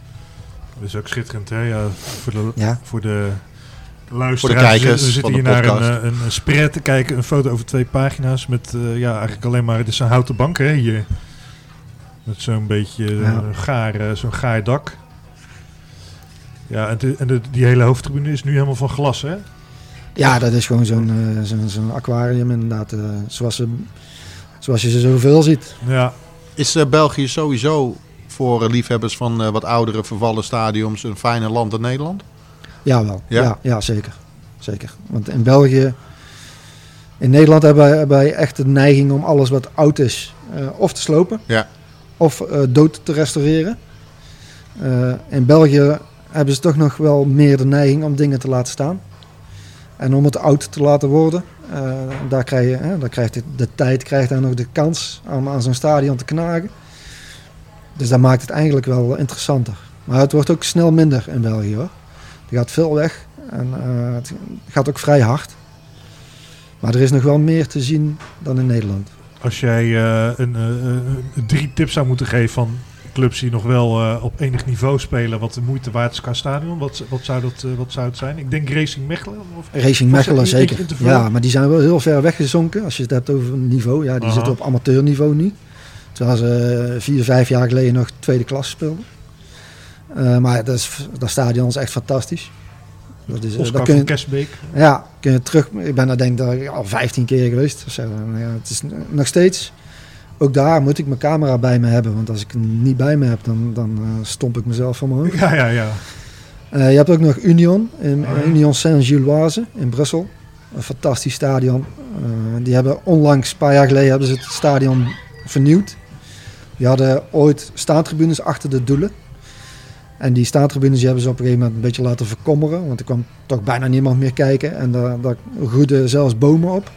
Dat is ook schitterend, hè? Ja, voor de, Ja. voor de luisteraars. Voor de kijkers We zitten van hier de naar een, podcast. eh, een, een spread te kijken. Een foto over twee pagina's met uh, ja, eigenlijk alleen maar... Het is een houten bank, hè, hier. Met zo'n beetje uh, Ja. gaar, uh, zo'n gaar dak. Ja, en, de, en de, die hele hoofdtribune is nu helemaal van glas, hè? Ja, dat is gewoon zo'n uh, zo'n zo'n aquarium inderdaad. Uh, zoals, ze, zoals je ze zoveel ziet. Ja. Is uh, België sowieso voor uh, liefhebbers van uh, wat oudere vervallen stadions een fijner land dan Nederland? Ja, wel. Ja? Ja, ja zeker. zeker. Want in België... In Nederland hebben wij, hebben wij echt de neiging om alles wat oud is... Uh, of te slopen. Ja. Of uh, dood te restaureren. Uh, in België hebben ze toch nog wel meer de neiging om dingen te laten staan. En om het oud te laten worden. Uh, daar, krijg je, hè, daar krijgt de, de tijd krijgt daar nog de kans om aan zo'n stadion te knagen. Dus dat maakt het eigenlijk wel interessanter. Maar het wordt ook snel minder in België, hoor. Er gaat veel weg en uh, het gaat ook vrij hard. Maar er is nog wel meer te zien dan in Nederland. Als jij uh, een, uh, uh, drie tips zou moeten geven van clubs die nog wel uh, op enig niveau spelen... wat de moeite waard is qua stadion, wat, wat, zou, dat, uh, wat zou het zijn? Ik denk Racing Mechelen? Of, Racing of Mechelen, is dat zeker. in te vullen? Ja, maar die zijn wel heel ver weggezonken. Als je het hebt over niveau. Ja, die Aha. zitten op amateurniveau nu. Terwijl ze uh, vier, vijf jaar geleden nog tweede klasse speelden. Uh, maar dat, is, dat stadion is echt fantastisch. Dat is, uh, Oscar daar kun van je, Kesbeek. ja, kun je terug. Ik ben daar denk ik al vijftien keer geweest. Of zo. Ja, het is nog steeds. Ook daar moet ik mijn camera bij me hebben. Want als ik hem niet bij me heb, dan, dan uh, stomp ik mezelf van mijn hoofd. Ja, ja, ja. Uh, je hebt ook nog Union, in, Oh, ja. Union Saint-Gilloise in Brussel. Een fantastisch stadion. Uh, die hebben onlangs, een paar jaar geleden, hebben ze het stadion vernieuwd. Die hadden ooit staantribunes achter de doelen. En die staantribunes die hebben ze op een gegeven moment een beetje laten verkommeren. Want er kwam toch bijna niemand meer kijken. En daar, daar groeiden zelfs bomen op.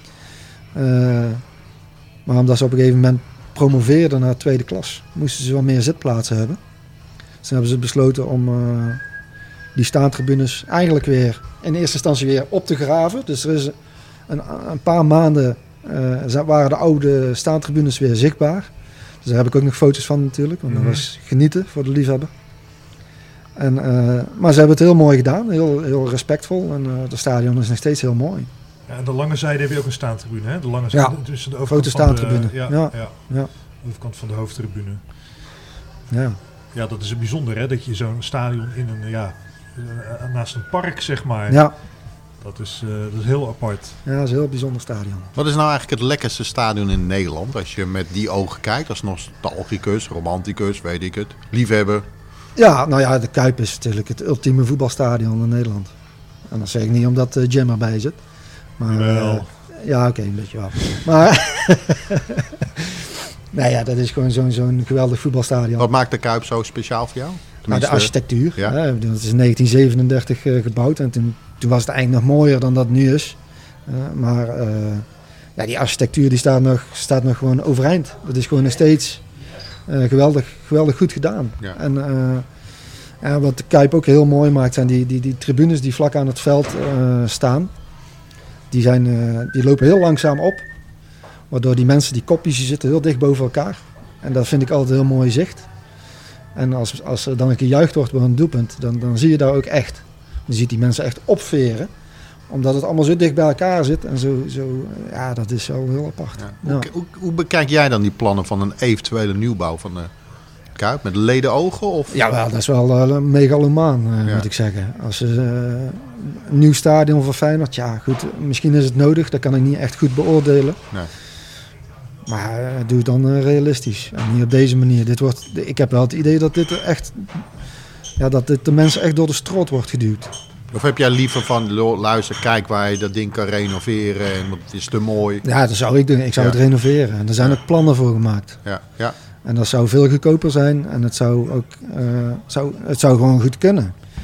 Uh, maar omdat ze op een gegeven moment promoveerden naar tweede klas, moesten ze wel meer zitplaatsen hebben. Dus toen hebben ze besloten om uh, die staantribunes eigenlijk weer in eerste instantie weer op te graven. Dus er is een, een paar maanden uh, waren de oude staantribunes weer zichtbaar. Dus daar heb ik ook nog foto's van natuurlijk, want dat was genieten voor de liefhebber. En, uh, maar ze hebben het heel mooi gedaan, heel, heel respectvol en uh, het stadion is nog steeds heel mooi. Ja, en de lange zijde heb je ook een staantribune, hè? De lange zijde, Ja, tussen de overkant grote van de, staantribune. ja, Ja. ja. Ja. De overkant van de hoofdtribune. Ja. Ja, dat is bijzonder, hè? Dat je zo'n stadion in een, ja, uh, naast een park, zeg maar. Ja. Dat is, uh, dat is heel apart. Ja, dat is een heel bijzonder stadion. Wat is nou eigenlijk het lekkerste stadion in Nederland? Als je met die ogen kijkt, als nostalgicus, romanticus, weet ik het, liefhebber. Ja, nou ja, de Kuip is natuurlijk het ultieme voetbalstadion in Nederland. En dat zeg ik niet omdat uh, Jim erbij zit. Maar, Wel. Uh, ja, oké, okay, een beetje wel. Maar nee, ja, dat is gewoon zo'n zo'n geweldig voetbalstadion. Wat maakt de Kuip zo speciaal voor jou? Nou, de architectuur. Ja. Hè, het is in negentien zevenendertig uh, gebouwd en toen, toen was het eigenlijk nog mooier dan dat nu is. Uh, maar uh, ja, die architectuur die staat, nog, staat nog gewoon overeind. Dat is gewoon nog steeds uh, geweldig, geweldig goed gedaan. Ja. En uh, ja, wat de Kuip ook heel mooi maakt zijn die, die, die tribunes die vlak aan het veld uh, staan. Die, zijn, uh, die lopen heel langzaam op. Waardoor die mensen, die kopjes, die zitten heel dicht boven elkaar. En dat vind ik altijd een heel mooi zicht. En als, als er dan een keer juicht wordt bij een doelpunt, dan, dan zie je daar ook echt. Je ziet die mensen echt opveren. Omdat het allemaal zo dicht bij elkaar zit. En zo, zo ja, dat is wel heel apart. Ja. Ja. Hoe, hoe, hoe bekijk jij dan die plannen van een eventuele nieuwbouw van de Kuip? Met leden ogen? Of? Ja, wel, dat is wel uh, megalomaan, uh, Ja. moet ik zeggen. Als uh, een nieuw stadion voor Feyenoord, ja goed, misschien is het nodig. Dat kan ik niet echt goed beoordelen. Nee. Maar uh, doe het dan uh, realistisch. En niet op deze manier. Dit wordt, ik heb wel het idee dat dit er echt, ja, dat dit de mensen echt door de strot wordt geduwd. Of heb jij liever van, lo- luister, kijk waar je dat ding kan renoveren en want het is te mooi. Ja, dat zou ik doen. Ik zou Ja. het renoveren. En er zijn Ja. ook plannen voor gemaakt. Ja, ja. En dat zou veel goedkoper zijn. En het zou ook, uh, zou, het zou gewoon goed kunnen.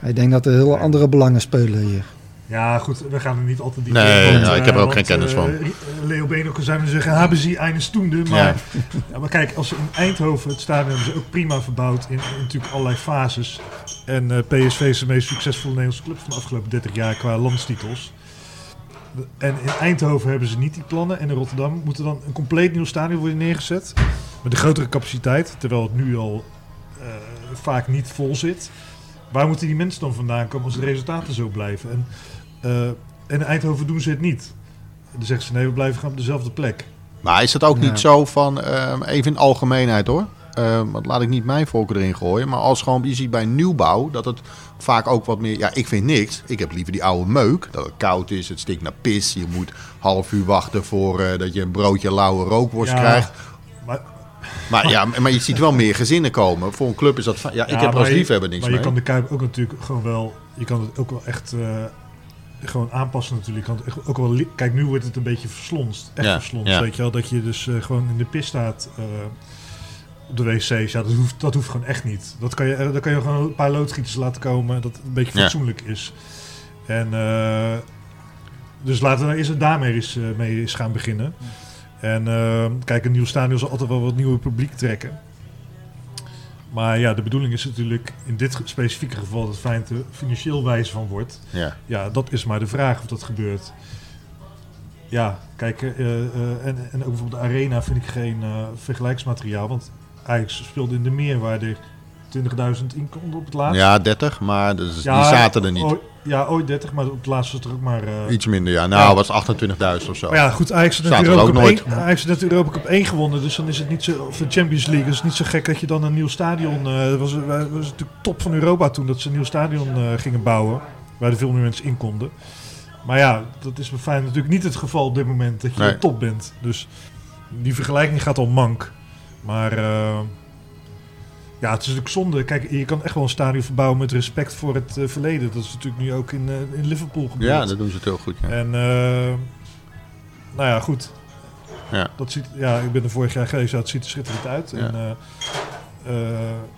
Ik denk dat er hele andere belangen spelen hier. Ja, goed, we gaan er niet altijd die. Nee, want, ja, ik heb er ook uh, geen kennis want, van. Uh, Leo Beenhokker zou nu zeggen, hebben ze eine stoende. Maar, Ja. ja, maar kijk, als ze in Eindhoven het stadion hebben ze ook prima verbouwd in, in natuurlijk allerlei fases. En uh, P S V is de meest succesvolle Nederlandse club van de afgelopen dertig jaar qua landstitels. En in Eindhoven hebben ze niet die plannen. En in Rotterdam moet er dan een compleet nieuw stadion worden neergezet. Met een grotere capaciteit, terwijl het nu al uh, vaak niet vol zit. Waar moeten die mensen dan vandaan komen als de resultaten zo blijven? En, uh, en in Eindhoven doen ze het niet. Dan zeggen ze nee, we blijven gaan op dezelfde plek. Maar is het ook Ja. niet zo van, uh, even in algemeenheid hoor, uh, want laat ik niet mijn voorkeur erin gooien, maar als gewoon, je ziet bij nieuwbouw, dat het vaak ook wat meer, ja ik vind niks, ik heb liever die oude meuk, dat het koud is, het stinkt naar pis, je moet half uur wachten voor uh, dat je een broodje lauwe rookworst Ja, krijgt. Maar, Maar ja, maar je ziet wel meer gezinnen komen. Voor een club is dat, fa- ja ik ja, heb er als maar je- liefhebber niks Maar je mee. kan de Kuip ook natuurlijk gewoon wel, je kan het ook wel echt uh, gewoon aanpassen natuurlijk. Je kan het echt ook wel li- Kijk, nu wordt het een beetje verslonst. Echt Ja, verslonst, ja. weet je wel. Dat je dus uh, gewoon in de pis staat uh, op de wc's. Ja, dat hoeft, dat hoeft gewoon echt niet. Dat kan je, uh, dan kan je gewoon een paar loodgieters laten komen dat het een beetje Ja. fatsoenlijk is. En uh, dus laten we eerst het daarmee eens, uh, mee eens gaan beginnen. En uh, kijk, een nieuw stadion zal altijd wel wat nieuwe publiek trekken. Maar ja, de bedoeling is natuurlijk in dit ge- specifieke geval dat Feyenoord er financieel wijs van wordt. Ja. Ja, dat is maar de vraag of dat gebeurt. Ja, kijk, uh, uh, en, en ook bijvoorbeeld de Arena vind ik geen uh, vergelijksmateriaal. Want Ajax speelde in de Meer waar er twintigduizend in konden op het laatst. ja, dertig, maar dus, Ja, die zaten er niet. Ooit, ja, ooit dertig, maar op het laatst was het er ook maar... Uh, Iets minder, ja. Nou, Ja. was achtentwintigduizend of zo. Maar ja, goed, Ajax heeft Zaten natuurlijk er Europa ook Cup nooit. één, Ajax heeft natuurlijk Europa Cup één gewonnen, dus dan is het niet zo, of de Champions League, is het niet zo gek dat je dan een nieuw stadion, uh, dat was, uh, was natuurlijk top van Europa toen, dat ze een nieuw stadion uh, gingen bouwen, waar er veel meer mensen in konden. Maar ja, dat is bij Feyenoord natuurlijk niet het geval op dit moment, dat je Nee. top bent. Dus die vergelijking gaat al mank. Maar uh, ja, het is natuurlijk zonde. Kijk, je kan echt wel een stadion verbouwen met respect voor het uh, verleden. Dat is natuurlijk nu ook in, uh, in Liverpool gebeurd. Ja, dat doen ze het heel goed. Ja. En uh, nou ja, goed. Ja. Dat ziet, ja, ik ben er vorig jaar geweest. Ja, het ziet er schitterend uit. Ja. En, uh, uh,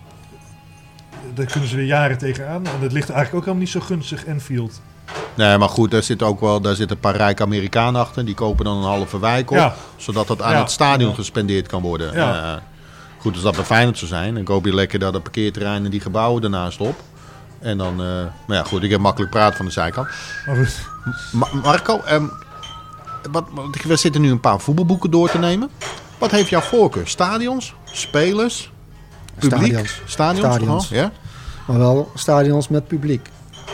daar kunnen ze weer jaren tegenaan. En dat ligt eigenlijk ook helemaal niet zo gunstig, Anfield. Nee, maar goed, daar zitten ook wel, daar zitten een paar rijke Amerikanen achter. Die kopen dan een halve wijk op, Ja. zodat dat aan Ja. het stadion Ja. gespendeerd kan worden. Ja. Uh, goed, als dat bij Feyenoord zou zijn, dan koop je lekker daar de parkeerterreinen en die gebouwen ernaast op. En dan, uh, maar ja goed, ik heb makkelijk praat van de zijkant. Maar goed. Ma- Marco, um, wat, wat, we zitten nu een paar voetbalboeken door te nemen. Wat heeft jouw voorkeur? Stadions? Spelers? Publiek? Stadions. Stadions? Stadions. Oh, ja? Maar wel stadions met publiek.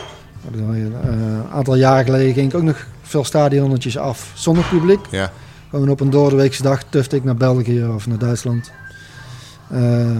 Een uh, aantal jaren geleden ging ik ook nog veel stadionnetjes af zonder publiek. Ja. Gewoon op een doordeweekse dag tufte ik naar België of naar Duitsland. Uh,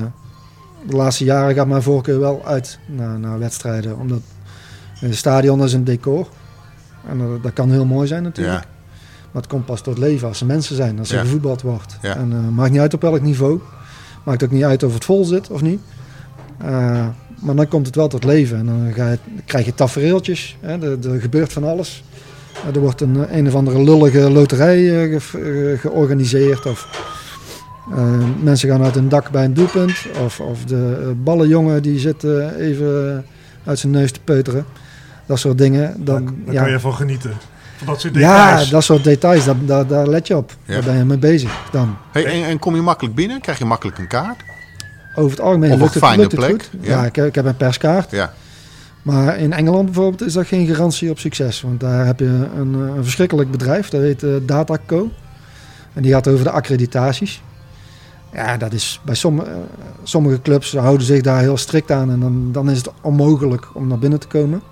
de laatste jaren gaat mijn voorkeur wel uit naar, naar wedstrijden. Omdat een stadion is een decor. En dat, dat kan heel mooi zijn natuurlijk. Ja. Maar het komt pas tot leven als er mensen zijn, als er Ja. gevoetbald wordt. Ja. En uh, maakt niet uit op welk niveau. Maakt ook niet uit of het vol zit of niet. Uh, maar dan komt het wel tot leven. En dan, ga je, dan krijg je tafereeltjes. Hè, er, er gebeurt van alles. Uh, er wordt een, een of andere lullige loterij uh, ge, uh, georganiseerd. Of uh, mensen gaan uit hun dak bij een doelpunt. Of, of de uh, ballenjongen die zit uh, even uit zijn neus te peuteren. Dat soort dingen. Dan, Daar, daar ja, kan je van genieten. Van dat soort ja, details. dat soort details. Daar, daar, daar let je op. Ja. Daar ben je mee bezig dan. Hey, en, en kom je makkelijk binnen? Krijg je makkelijk een kaart? Over het algemeen Of een lukt het, fijne lukt het plek, goed. ja. Ja, ik, heb- ik heb een perskaart. Ja. Maar in Engeland bijvoorbeeld is dat geen garantie op succes. Want daar heb je een, een verschrikkelijk bedrijf. Dat heet uh, Dataco. En die gaat over de accreditaties. Ja, dat is bij sommige, uh, sommige clubs houden zich daar heel strikt aan. En dan, dan is het onmogelijk om naar binnen te komen.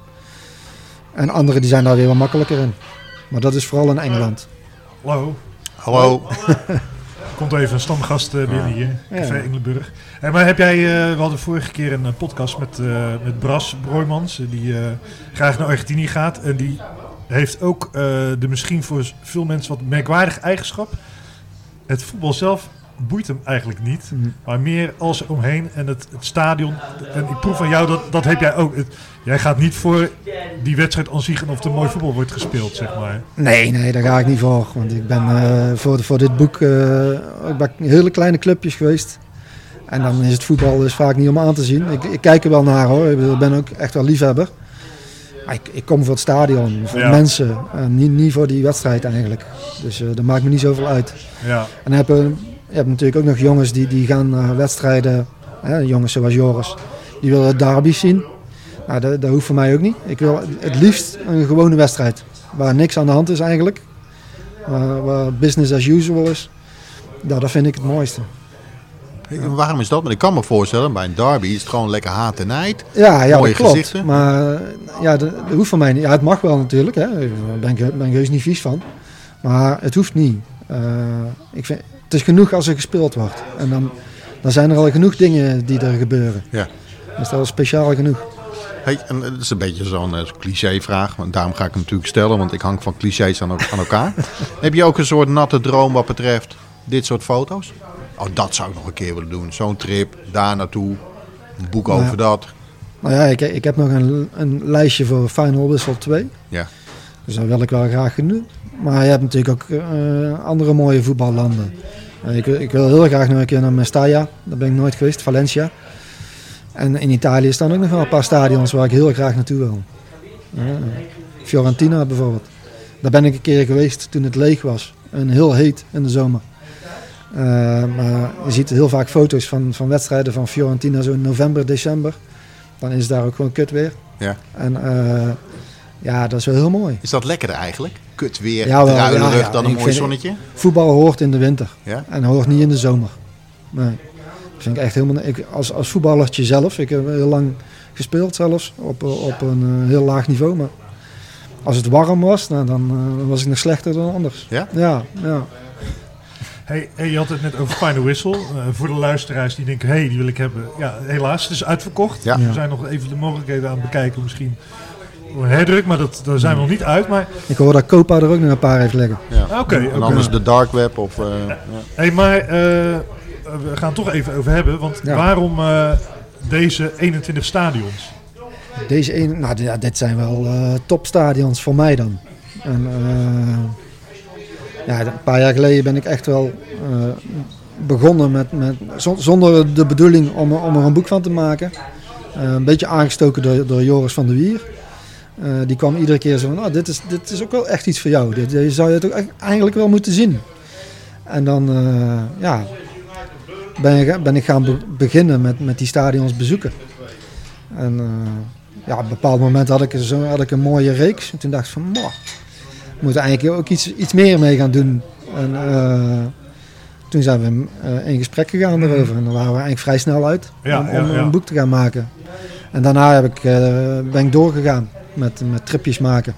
En anderen die zijn daar weer wat makkelijker in. Maar dat is vooral in Engeland. Hallo. Hallo. Komt even een stamgast uh, binnen Ja. hier, Café Ja. Engelenburg. Hey, maar heb jij, uh, we hadden vorige keer een uh, podcast met, uh, met Bras Broijmans, uh, die uh, graag naar Argentinië gaat. En die heeft ook uh, de misschien voor veel mensen wat merkwaardige eigenschap. Het voetbal zelf boeit hem eigenlijk niet, Mm. maar meer alles eromheen en het, het stadion. En ik proef van jou, dat, dat heb jij ook. Het, jij gaat niet voor die wedstrijd aan zich en of er mooi voetbal wordt gespeeld, zeg maar. Nee, nee, daar ga ik niet voor. Want ik ben uh, voor, voor dit boek uh, ook bij hele kleine clubjes geweest. En dan is het voetbal dus vaak niet om aan te zien. Ik, ik kijk er wel naar hoor, ik ben ook echt wel liefhebber. Maar ik, ik kom voor het stadion, voor Ja. mensen, en niet, niet voor die wedstrijd eigenlijk. Dus uh, dat maakt me niet zoveel uit. Ja. En dan heb je, je hebt natuurlijk ook nog jongens die, die gaan naar wedstrijden, hè, jongens zoals Joris, die willen derbies zien. Nou, dat, dat hoeft voor mij ook niet. Ik wil het liefst een gewone wedstrijd, waar niks aan de hand is eigenlijk. Waar, waar business as usual is. Ja, dat vind ik het mooiste. Ik- Waarom is dat? Want ik kan me voorstellen, bij een derby is het gewoon lekker haat en nijd. Ja, ja Mooie dat klopt. gezichten. Maar uh, ja, dat, dat hoeft van mij niet. Ja, het mag wel natuurlijk. Hè. Daar ben ik, ben ik heus niet vies van. Maar het hoeft niet. Uh, ik vind, het is genoeg als er gespeeld wordt. En dan, dan zijn er al genoeg dingen die er gebeuren. Ja. Dat is al speciaal genoeg. Hey, en het is een beetje zo'n uh, clichévraag, want daarom ga ik hem natuurlijk stellen, want ik hang van clichés aan, aan elkaar. Heb je ook een soort natte droom wat betreft dit soort foto's? Oh, dat zou ik nog een keer willen doen. Zo'n trip, daar naartoe, een boek Nou ja. over dat. Nou ja, ik, ik heb nog een, een lijstje voor Final Whistle twee. Ja. Dus dat wil ik wel graag gaan doen. Maar je hebt natuurlijk ook uh, andere mooie voetballanden. Uh, ik, ik wil heel graag nog een keer naar Mestalla. Daar ben ik nooit geweest, Valencia. En in Italië staan ook nog wel een paar stadions waar ik heel graag naartoe wil. Uh, Fiorentina bijvoorbeeld. Daar ben ik een keer geweest toen het leeg was. En heel heet in de zomer. Uh, maar je ziet heel vaak foto's van, van wedstrijden van Fiorentina zo in november, december. Dan is het daar ook gewoon kut weer. Ja. En uh, ja, dat is wel heel mooi. Is dat lekkerder eigenlijk? Kut weer, Ja, wel, druilerig, ja, ja. dan een Ik mooi vind- zonnetje? Voetbal hoort in de winter. Ja? En hoort niet in de zomer. Nee. Dat vind ik echt helemaal... Ik, als, als voetballertje zelf, ik heb heel lang gespeeld zelfs, op, op een uh, heel laag niveau. Maar als het warm was, nou, dan uh, was ik nog slechter dan anders. Ja? Ja, ja. Hey, hey, je had het net over Final Whistle. Uh, voor de luisteraars die denken, hé, hey, die wil ik hebben. Ja, helaas, het is uitverkocht. Ja. We zijn nog even de mogelijkheden aan het bekijken. Misschien voor een herdruk, maar dat, daar zijn we nog niet uit. Maar Ik hoor dat Copa er ook nog een paar heeft liggen. Ja. oké, En oké. anders de dark web of... uh, ja. Hey, maar uh, we gaan het toch even over hebben. Want Ja. waarom uh, deze eenentwintig stadions? Deze ene, nou ja, dit zijn wel uh, topstadions voor mij dan. En, uh, ja, een paar jaar geleden ben ik echt wel uh, begonnen met, met zonder de bedoeling om, om er een boek van te maken. Uh, een beetje aangestoken door, door Joris van der Wier. Uh, die kwam iedere keer zo van, nou, dit, is, dit is ook wel echt iets voor jou. Dit, je zou het ook echt eigenlijk wel moeten zien. En dan uh, ja, ben, ik, ben ik gaan be- beginnen met, met die stadions bezoeken. En uh, ja, op een bepaald moment had ik, zo, had ik een mooie reeks. En toen dacht ik van, moh, we moeten eigenlijk ook iets, iets meer mee gaan doen. En uh, toen zijn we uh, in gesprek gegaan erover. En dan waren we eigenlijk vrij snel uit Ja, om, ja, om ja. een boek te gaan maken. En daarna heb ik, uh, ben ik doorgegaan met, met tripjes maken.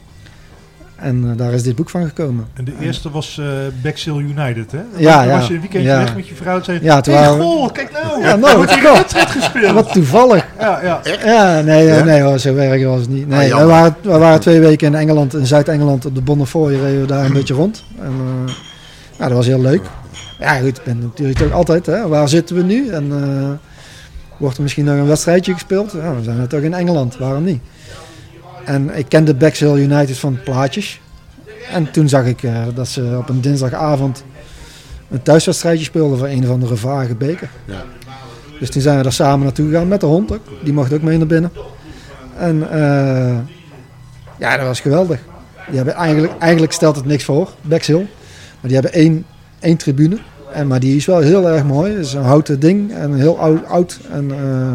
En uh, daar is dit boek van gekomen. En de eerste was uh, Bexhill United, hè? Ja, Toen ja. was je een weekendje Ja. weg met je vrouw en zei, Ja, toen hey, waren we- goh, kijk nou, Ja, nou, er wordt hier een klopt. wedstrijd gespeeld. Wat toevallig. Ja, ja. Ja, nee, Ja? nee hoor, zo erg was het niet. Ah, Nee, we, jammer. waren, we waren twee weken in Engeland, in Zuid-Engeland, op de Bonnefoy, reden we daar een beetje rond. En, uh, ja, dat was heel leuk. Ja, goed, ik ben natuurlijk ook altijd, hè, waar zitten we nu? En uh, wordt er misschien nog een wedstrijdje gespeeld? Ja, we zijn er toch in Engeland, waarom niet? En ik kende Bexhill United van plaatjes. En toen zag ik uh, dat ze op een dinsdagavond een thuiswedstrijdje speelden voor een of andere vage beker. Ja. Dus toen zijn we daar samen naartoe gegaan met de hond ook. Die mocht ook mee naar binnen. En uh, ja, dat was geweldig. Die hebben eigenlijk, eigenlijk stelt het niks voor, Bexhill. Maar die hebben één, één tribune. En, maar die is wel heel erg mooi. Het is een houten ding en heel oud. oud. En, uh,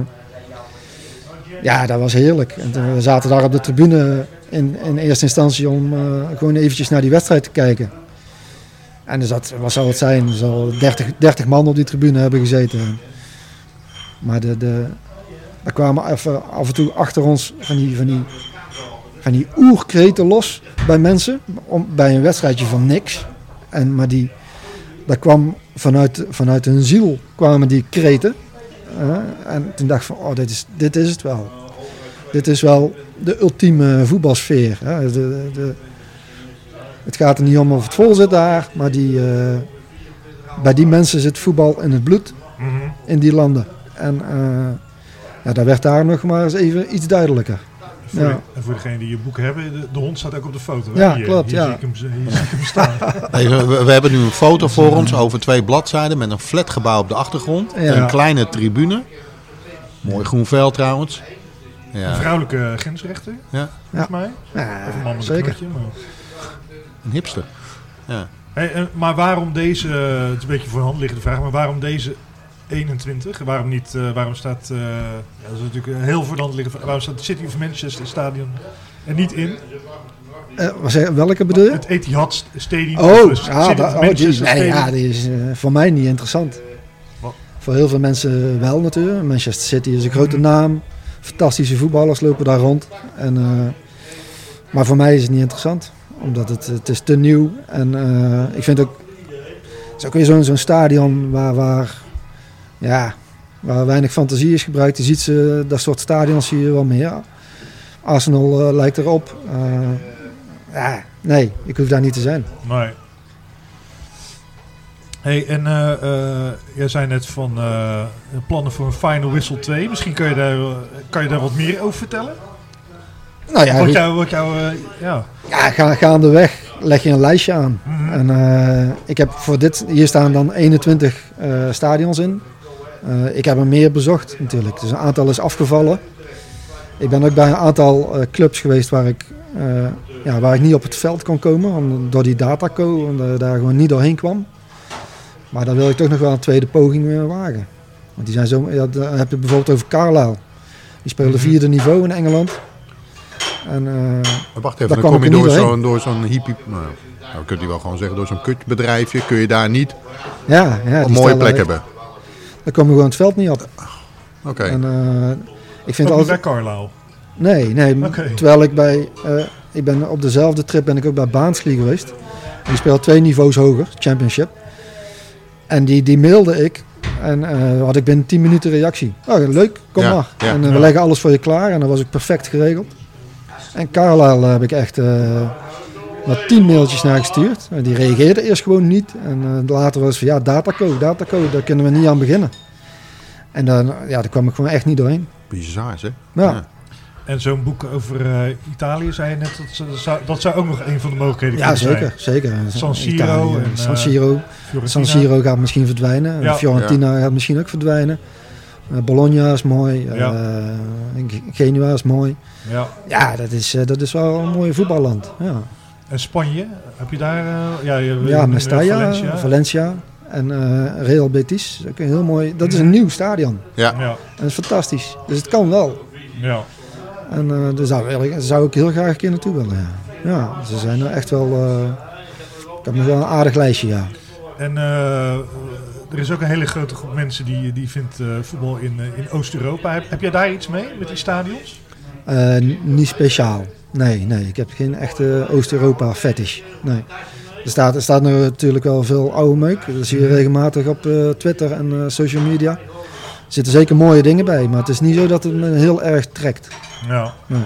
ja, dat was heerlijk. En toen, we zaten daar op de tribune in, in eerste instantie om uh, gewoon eventjes naar die wedstrijd te kijken. En er zat, wat zal het zijn, er zal dertig, dertig man op die tribune hebben gezeten. Maar de, de, er kwamen even af en toe achter ons van die, van die, van die oerkreten los bij mensen. Om, bij een wedstrijdje van niks. En, maar die, dat kwam vanuit, vanuit hun ziel kwamen die kreten. Uh, en toen dacht ik van, oh, dit is, dit is het wel. Dit is wel de ultieme voetbalsfeer. Hè. De, de, de, het gaat er niet om of het vol zit daar, maar die, uh, bij die mensen zit voetbal in het bloed, Mm-hmm. in die landen. En uh, ja, dat werd daar nog maar eens even iets duidelijker. Voor, Ja. de, en voor degene die je boek hebben, de, de hond staat ook op de foto. Hè? Ja, hier, klopt, Hier ja. zie ik hem, hier zie ik hem staan. Hey, we, we hebben nu een foto voor ons over twee bladzijden met een flatgebouw op de achtergrond. Ja. Een kleine tribune. Mooi groen veld trouwens. Een Ja, vrouwelijke grensrechter, ja, volgens mij. Ja, Of een man met zeker. een knotje, maar... een hipster. Ja. Hey, en- maar waarom deze, het is een beetje voor de hand liggende vraag, maar waarom deze eenentwintig? Waarom niet, uh, waarom staat, uh, ja, dat is natuurlijk een heel voor de hand liggende vraag, waarom staat het City of Manchester Stadion er niet in? Uh, wat zeg- welke bedoel je? Het Etihad Stadium. Oh, of het ja, City da- of oh die, Manchester nee, Stadium. ja, die is uh, voor mij niet interessant. Wat? Voor heel veel mensen wel natuurlijk. Manchester City is een grote Mhm. naam. Fantastische voetballers lopen daar rond. En, uh, maar voor mij is het niet interessant. Omdat het, het is te nieuw. En uh, ik vind ook... Het is ook weer zo'n zo'n stadion waar, waar, ja, waar weinig fantasie is gebruikt. Je ziet ze, dat soort stadions zie je wel meer. Arsenal uh, lijkt erop. Uh, ja, nee, ik hoef daar niet te zijn. Nee. Hey, en uh, uh, jij zei net van uh, plannen voor een Final Whistle twee. Misschien kan je daar, uh, kan je daar wat meer over vertellen? Nou ja, Wat goed. jou, wat jou uh, ja. Ja, ga, gaandeweg leg je een lijstje aan. Mhm. En uh, ik heb voor dit, hier staan dan eenentwintig uh, stadions in. Uh, ik heb er meer bezocht natuurlijk. Dus een aantal is afgevallen. Ik ben ook bij een aantal uh, clubs geweest waar ik, uh, ja, waar ik niet op het veld kon komen. Om, door die dataco, omdat ik daar gewoon niet doorheen kwam. Maar daar wil ik toch nog wel een tweede poging uh, wagen. Want die zijn zo, ja, dan heb je bijvoorbeeld over Carlisle. Die spelen Mhm. vierde niveau in Engeland. En, uh, Maar wacht Daar even, dan kwam kom je ik er door niet zo'n door zo'n hippie... Nou, nou kunt u wel gewoon zeggen, door zo'n kutbedrijfje kun je daar niet ja, ja, een die mooie stellen- plek hebben. Daar komen we gewoon het veld niet op. Oké. En, uh, ik vind Ook niet altijd... bij Carlisle. Nee, nee. Oké. Terwijl ik bij... Uh, ik ben op dezelfde trip ben ik ook bij Barnsley geweest. En die speelt twee niveaus hoger, Championship. En die, die mailde ik. En uh, had ik binnen tien minuten reactie. Oh, leuk, kom Ja, maar. ja, en uh, we ja. leggen alles voor je klaar. En dat was ook perfect geregeld. En Carlisle heb ik echt... Uh, wat tien mailtjes naar gestuurd. En die reageerde eerst gewoon niet. En uh, later was van ja, datacode, datacode, daar kunnen we niet aan beginnen. En dan, ja, daar kwam ik gewoon echt niet doorheen. Bizar, zeg. Ja. En zo'n boek over uh, Italië, zei je net, dat, ze- dat, zou, dat zou ook nog een van de mogelijkheden Ja, kunnen zijn. zeker, zeker. San Siro Italië, en, San uh, Siro. Fiorentina. San Siro gaat misschien verdwijnen. Ja. Fiorentina gaat misschien ook verdwijnen. Uh, Bologna is mooi. Ja. Uh, Genua is mooi. Ja. Ja, dat is, uh, dat is wel een mooi voetballand. Ja, En Spanje, heb je daar... Uh, ja, je, ja je- Mestalla, Valencia. Valencia. En uh, Real Betis. Dat is ook een heel mooi. Dat is een nieuw stadion. Ja. Ja, En dat is fantastisch. Dus het kan wel. ja. En uh, daar zou, daar zou ik heel graag een keer naartoe willen. Ja, ja ze zijn er echt wel... Uh, ik heb nog wel een aardig lijstje, ja. En uh, er is ook een hele grote groep mensen die, die vindt uh, voetbal in, uh, in Oost-Europa. Heb, heb jij daar iets mee met die stadions? Uh, n- niet speciaal. Nee, nee. Ik heb geen echte Oost-Europa fetish. Nee. Er staat, er staat nu natuurlijk wel veel oude meuk. Dat zie je regelmatig op uh, Twitter en uh, social media. Er zitten zeker mooie dingen bij, maar het is niet zo dat het me heel erg trekt. Ja. Nee.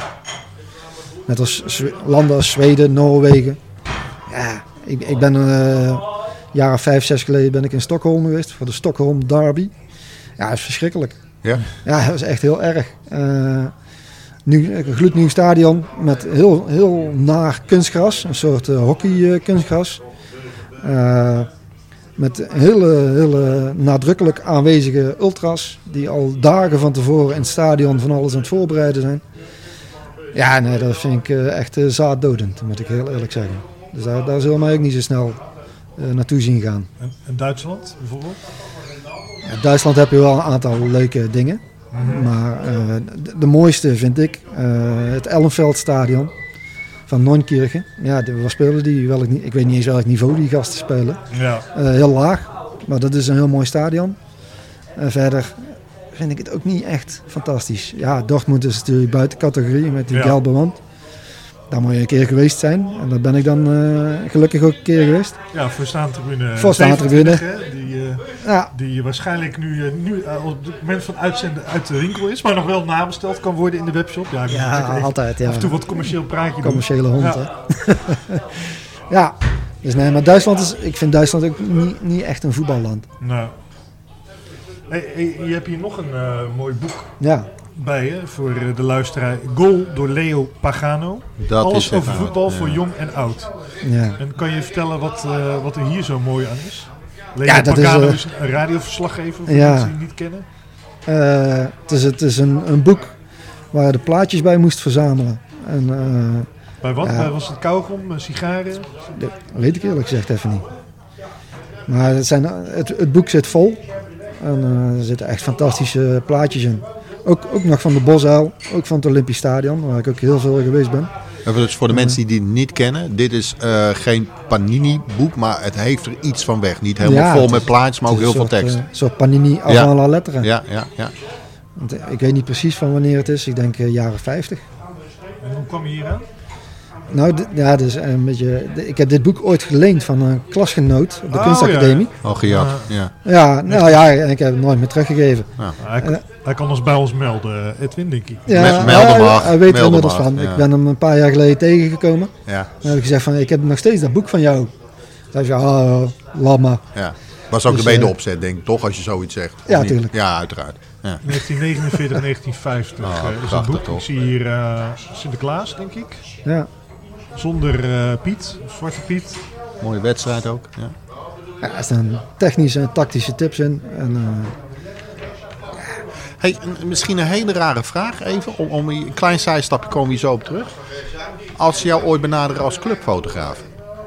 Net als Zwe- landen als Zweden, Noorwegen. Ja, ik, ik ben een uh, jaar of vijf, zes geleden ben ik in Stockholm geweest voor de Stockholm Derby. Ja, dat is verschrikkelijk. Ja. Ja, dat is echt heel erg. Uh, nu, een gloednieuw stadion met heel, heel naar kunstgras, een soort uh, hockey uh, kunstgras. Uh, met hele, hele nadrukkelijk aanwezige ultras die al dagen van tevoren in het stadion van alles aan het voorbereiden zijn. Ja, nee, dat vind ik uh, echt uh, zaaddodend, moet ik heel eerlijk zeggen. Dus daar, daar zullen wij ook niet zo snel uh, naartoe zien gaan. En, en Duitsland bijvoorbeeld? In Duitsland heb je wel een aantal leuke dingen. Mm-hmm. Maar uh, de, de mooiste vind ik uh, het Ellenveldstadion van Neunkirchen. Ja, de, waar spelen die? Welk, ik weet niet eens welk niveau die gasten spelen. Ja. Uh, heel laag, maar dat is een heel mooi stadion. Uh, verder vind ik het ook niet echt fantastisch. Ja, Dortmund is natuurlijk buiten categorie met die Ja. gelbe wand. Daar moet je een keer geweest zijn. En daar ben ik dan uh, gelukkig ook een keer geweest. Ja, voorstaantribune. Voorstaantribune. zevenentwintig, hè, Die, uh, Ja, die waarschijnlijk nu, uh, nu uh, op het moment van uitzenden uit de winkel is, maar nog wel nabesteld kan worden in de webshop. Ja, ik moet ja natuurlijk even altijd. Ja. af en toe wat commercieel praatje doen. Commerciële hond, Ja. hè? Ja, dus nee, maar Duitsland is, ik vind Duitsland ook niet, niet echt een voetballand. Nou. Hey, hey, je hebt hier nog een uh, mooi boek. Ja, bij je voor de luisteraar. Goal door Leo Pagano. Dat Alles is over even voetbal oud, voor ja. jong en oud. Ja. En kan je vertellen wat, uh, wat er hier zo mooi aan is? Leo Ja, dat Pagano is, is, uh, een radioverslaggever voor ja. mensen die het niet kennen. Uh, het is, het is een, een boek waar je de plaatjes bij moest verzamelen. En, uh, bij wat? Ja. Bij, was het kauwgom, sigaren? Dat weet ik eerlijk gezegd even niet. Maar het, zijn, het, het boek zit vol. En uh, er zitten echt fantastische plaatjes in. Ook, ook nog van de Bosuil, ook van het Olympisch Stadion, waar ik ook heel veel geweest ben. Even dus voor de mensen die het niet kennen. Dit is uh, geen Panini-boek, maar het heeft er iets van weg. Niet helemaal Ja, vol het met is- plaatjes, maar ook Het heel is veel een soort, tekst. uh, soort Panini avant la lettre. Ja, ja, ja. Want, uh, ik weet niet precies van wanneer het is. Ik denk uh, jaren vijftig. En hoe kwam je hier aan? Nou, d- ja, dus een beetje, d- ik heb dit boek ooit geleend van een klasgenoot op de Oh, kunstacademie. Al gejat, Uh, ja. Ja, nou ja, en ik heb het nooit meer teruggegeven. Hij, Uh, hij kan ons bij ons melden, Edwin, denk ik. Ja, Me- melden hij, mag, hij weet er melden inmiddels mag, van. ja. Ik ben hem een paar jaar geleden tegengekomen. Ja, Dan heb ik gezegd van, ik heb nog steeds dat boek van jou. Toen zei hij, oh, laat maar. ja. Was ook Dus, de uh, wederopzet, denk ik, toch, als je zoiets zegt? Of Ja, niet? tuurlijk. Ja, uiteraard. Ja. negentien negenenveertig, negentien vijftig Oh, uh, is het prachtig, boek. toch? Ik zie hier uh, Sinterklaas, denk ik. Ja. Zonder uh, Piet, Zwarte Piet. Mooie wedstrijd ook. Ja. Ja, er staan technische en tactische tips in. En, uh, Hey, een- misschien een hele rare vraag even. Om, om een klein zijstapje komen we hier zo op terug. Als ze jou ooit benaderen als clubfotograaf.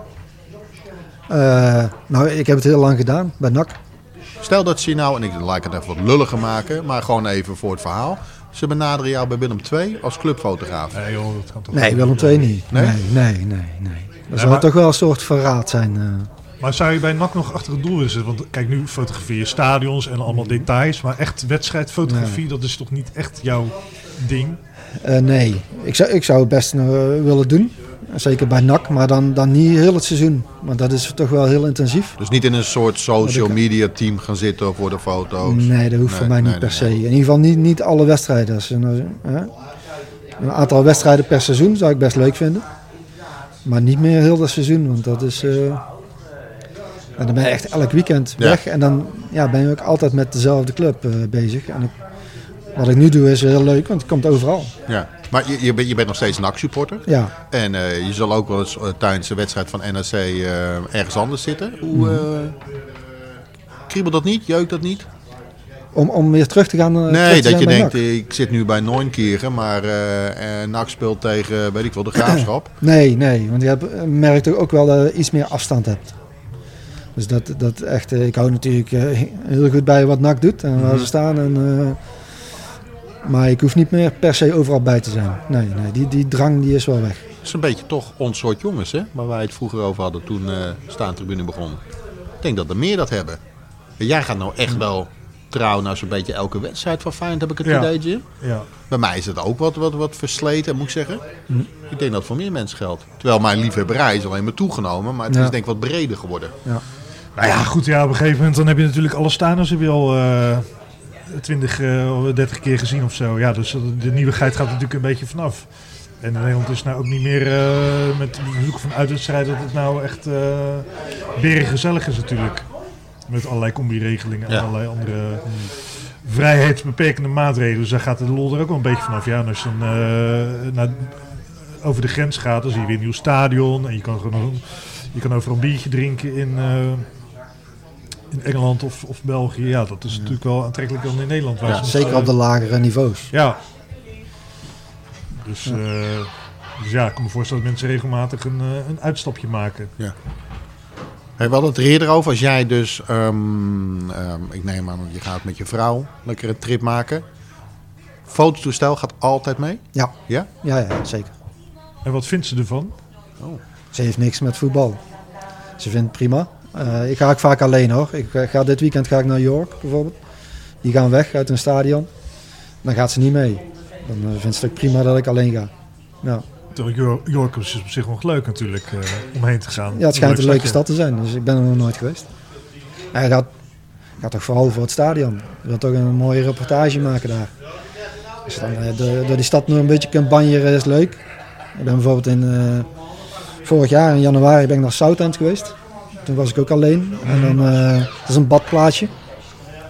uh, nou, ik heb het heel lang gedaan bij N A C. Stel dat ze je nou, en ik laat het even wat lulliger maken, maar gewoon even voor het verhaal. Ze benaderen jou bij Willem twee als clubfotograaf. Nee joh, dat kan toch Nee, niet. Willem twee niet. Nee? Nee, nee, nee. nee. Dat Nee, zou maar- toch wel een soort verraad zijn. Uh. Maar zou je bij N A C nog achter het doel willen zitten? Want kijk, nu fotografeer je stadions en allemaal details. Maar echt wedstrijdfotografie, dat is toch niet echt jouw ding? Uh, nee, ik zou, ik zou het best uh, willen doen. Zeker bij N A C, maar dan, dan niet heel het seizoen. Want dat is toch wel heel intensief. Dus niet in een soort social Dat media team gaan zitten voor de foto's. Nee, dat hoeft Nee, voor mij niet nee, per nee, se. nee. In ieder geval niet, niet alle wedstrijden. Dus, uh, uh, een aantal wedstrijden per seizoen zou ik best leuk vinden. Maar niet meer heel dat seizoen, want dat is... Uh, dan ben je echt elk weekend Ja. weg. En dan ja, ben je ook altijd met dezelfde club uh, bezig. En ik, wat ik nu doe is heel leuk, want het komt overal. Ja. Maar je, je, bent, je bent nog steeds een N A C-supporter. Ja, En uh, je zal ook wel eens uh, tijdens de wedstrijd van N A C uh, ergens anders zitten. Hoe uh, kriebelt dat niet? Jeukt dat niet? om, om weer terug te gaan uh, terug Nee, te dat zijn je bij denkt, N A C. ik zit nu bij Neunkirchen, maar uh, uh, N A C speelt tegen, weet ik wel, de Graafschap. Nee, nee, want je hebt, merkt toch ook wel dat je iets meer afstand hebt. Dus dat, dat echt, uh, ik hou natuurlijk uh, heel goed bij wat N A C doet en waar Mhm. ze staan. En, uh, maar ik hoef niet meer per se overal bij te zijn. Nee, nee die, die drang die is wel weg. Het is een beetje toch ons soort jongens, hè? Waar wij het vroeger over hadden toen uh, Staantribune begon. Ik denk dat er meer dat hebben. En jij gaat nou echt wel trouw naar zo'n beetje elke wedstrijd van Feyenoord, heb ik het Ja. idee, Jim. Ja. Bij mij is het ook wat, wat, wat versleten, moet ik zeggen. Hm. Ik denk dat het voor meer mensen geldt. Terwijl mijn liefhebberij is alleen maar toegenomen, maar het Ja. is denk ik wat breder geworden. Ja. Nou ja, goed, ja, op een gegeven moment dan heb je natuurlijk alle stadions heb je al uh, twintig, dertig keer gezien of zo. Ja, dus de nieuwigheid gaat natuurlijk een beetje vanaf. En in Nederland is het nou ook niet meer uh, met de bezoek van uitwedstrijden dat het nou echt uh, berengezellig is natuurlijk. Met allerlei combi-regelingen en Ja. allerlei andere vrijheidsbeperkende maatregelen. Dus daar gaat de lol er ook wel een beetje vanaf. Ja, en als je dan uh, naar, over de grens gaat, dan zie je weer een nieuw stadion. En je kan gewoon je kan overal een biertje drinken in, uh, in Engeland of, of België. Ja, dat is ja. natuurlijk wel aantrekkelijker dan in Nederland. Waar Ja, ze nog, Zeker uh, op de lagere niveaus. Ja. Dus, uh, dus ja, ik kan me voorstellen dat mensen regelmatig een, uh, een uitstapje maken. Ja. Hey, we hadden het er eerder over. Als jij dus, um, um, ik neem aan, je gaat met je vrouw lekker een trip maken. Fototoestel gaat altijd mee? Ja, Ja? ja, ja zeker. En wat vindt ze ervan? Oh. Ze heeft niks met voetbal. Ze vindt het prima. Uh, ik ga ook vaak alleen hoor. Ik ga, dit weekend ga ik naar York bijvoorbeeld. Die gaan weg uit een stadion. Dan gaat ze niet mee. Dan uh, vindt ze het ook prima dat ik alleen ga. Ja, York is op zich nog leuk natuurlijk, uh, om heen te gaan. ja het schijnt een leuke stad. stad te zijn. Dus ik ben er nog nooit geweest. Hij gaat, gaat toch vooral voor het stadion. Je wilt toch een mooie reportage maken daar. Als je dan uh, door, door die stad nog een beetje kunt banjeren is leuk. Ik ben bijvoorbeeld in... Uh, vorig jaar in januari ben ik naar Southend geweest. Toen was ik ook alleen. En dan, uh, dat is een badplaatsje.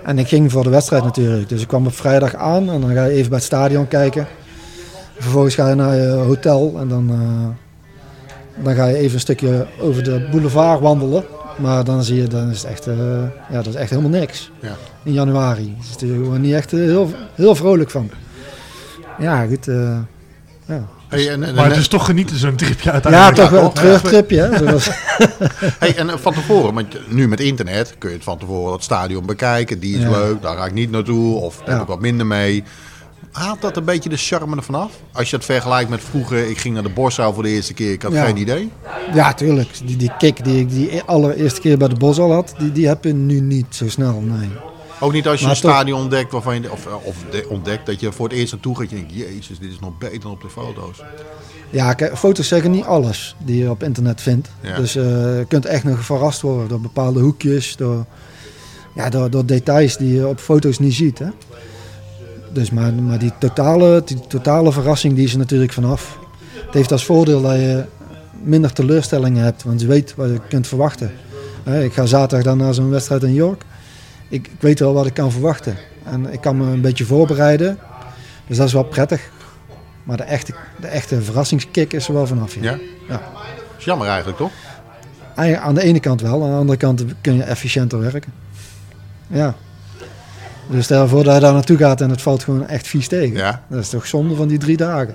En ik ging voor de wedstrijd natuurlijk. Dus ik kwam op vrijdag aan en dan ga je even bij het stadion kijken. Vervolgens ga je naar je hotel en dan, uh, dan ga je even een stukje over de boulevard wandelen. Maar dan zie je, dan is het echt, uh, ja, dat is echt helemaal niks. Ja. In januari. Dus er is gewoon niet echt uh, heel, heel vrolijk van. Ja, goed. Uh, ja. Hey, en, en, maar het is toch genieten zo'n tripje uiteindelijk. Ja, toch wel een treurtripje. Hè? Zoals... hey, en van tevoren, want nu met internet kun je het van tevoren het stadion bekijken. Die is ja. leuk, daar ga ik niet naartoe of daar ja. heb ik wat minder mee. Haalt dat een beetje de charme ervan af? Als je het vergelijkt met vroeger, ik ging naar de Bosuil voor de eerste keer, ik had ja. geen idee. Ja, tuurlijk. Die, die kick die ik die allereerste keer bij de Bosuil had, die, die heb je nu niet zo snel, nee. Ook niet als je maar een stadion toch... ontdekt, waarvan je, of, of de, ontdekt dat je voor het eerst naartoe gaat, je denkt, jezus, dit is nog beter dan op de foto's. Ja, kijk, foto's zeggen niet alles die je op internet vindt. Ja. Dus uh, je kunt echt nog verrast worden door bepaalde hoekjes, door, ja, door, door details die je op foto's niet ziet. Hè? Dus maar, maar die, totale, die totale verrassing die is er natuurlijk vanaf. Het heeft als voordeel dat je minder teleurstellingen hebt, want je weet wat je kunt verwachten. Uh, ik ga zaterdag dan naar zo'n wedstrijd in York. Ik, ik weet wel wat ik kan verwachten. En ik kan me een beetje voorbereiden. Dus dat is wel prettig. Maar de echte, de echte verrassingskick is er wel vanaf. Ja? Ja? Ja. Is jammer eigenlijk, toch? Aan de ene kant wel. Aan de andere kant kun je efficiënter werken. Ja. Dus stel je voor dat je daar naartoe gaat en het valt gewoon echt vies tegen. Ja. Dat is toch zonde van die drie dagen.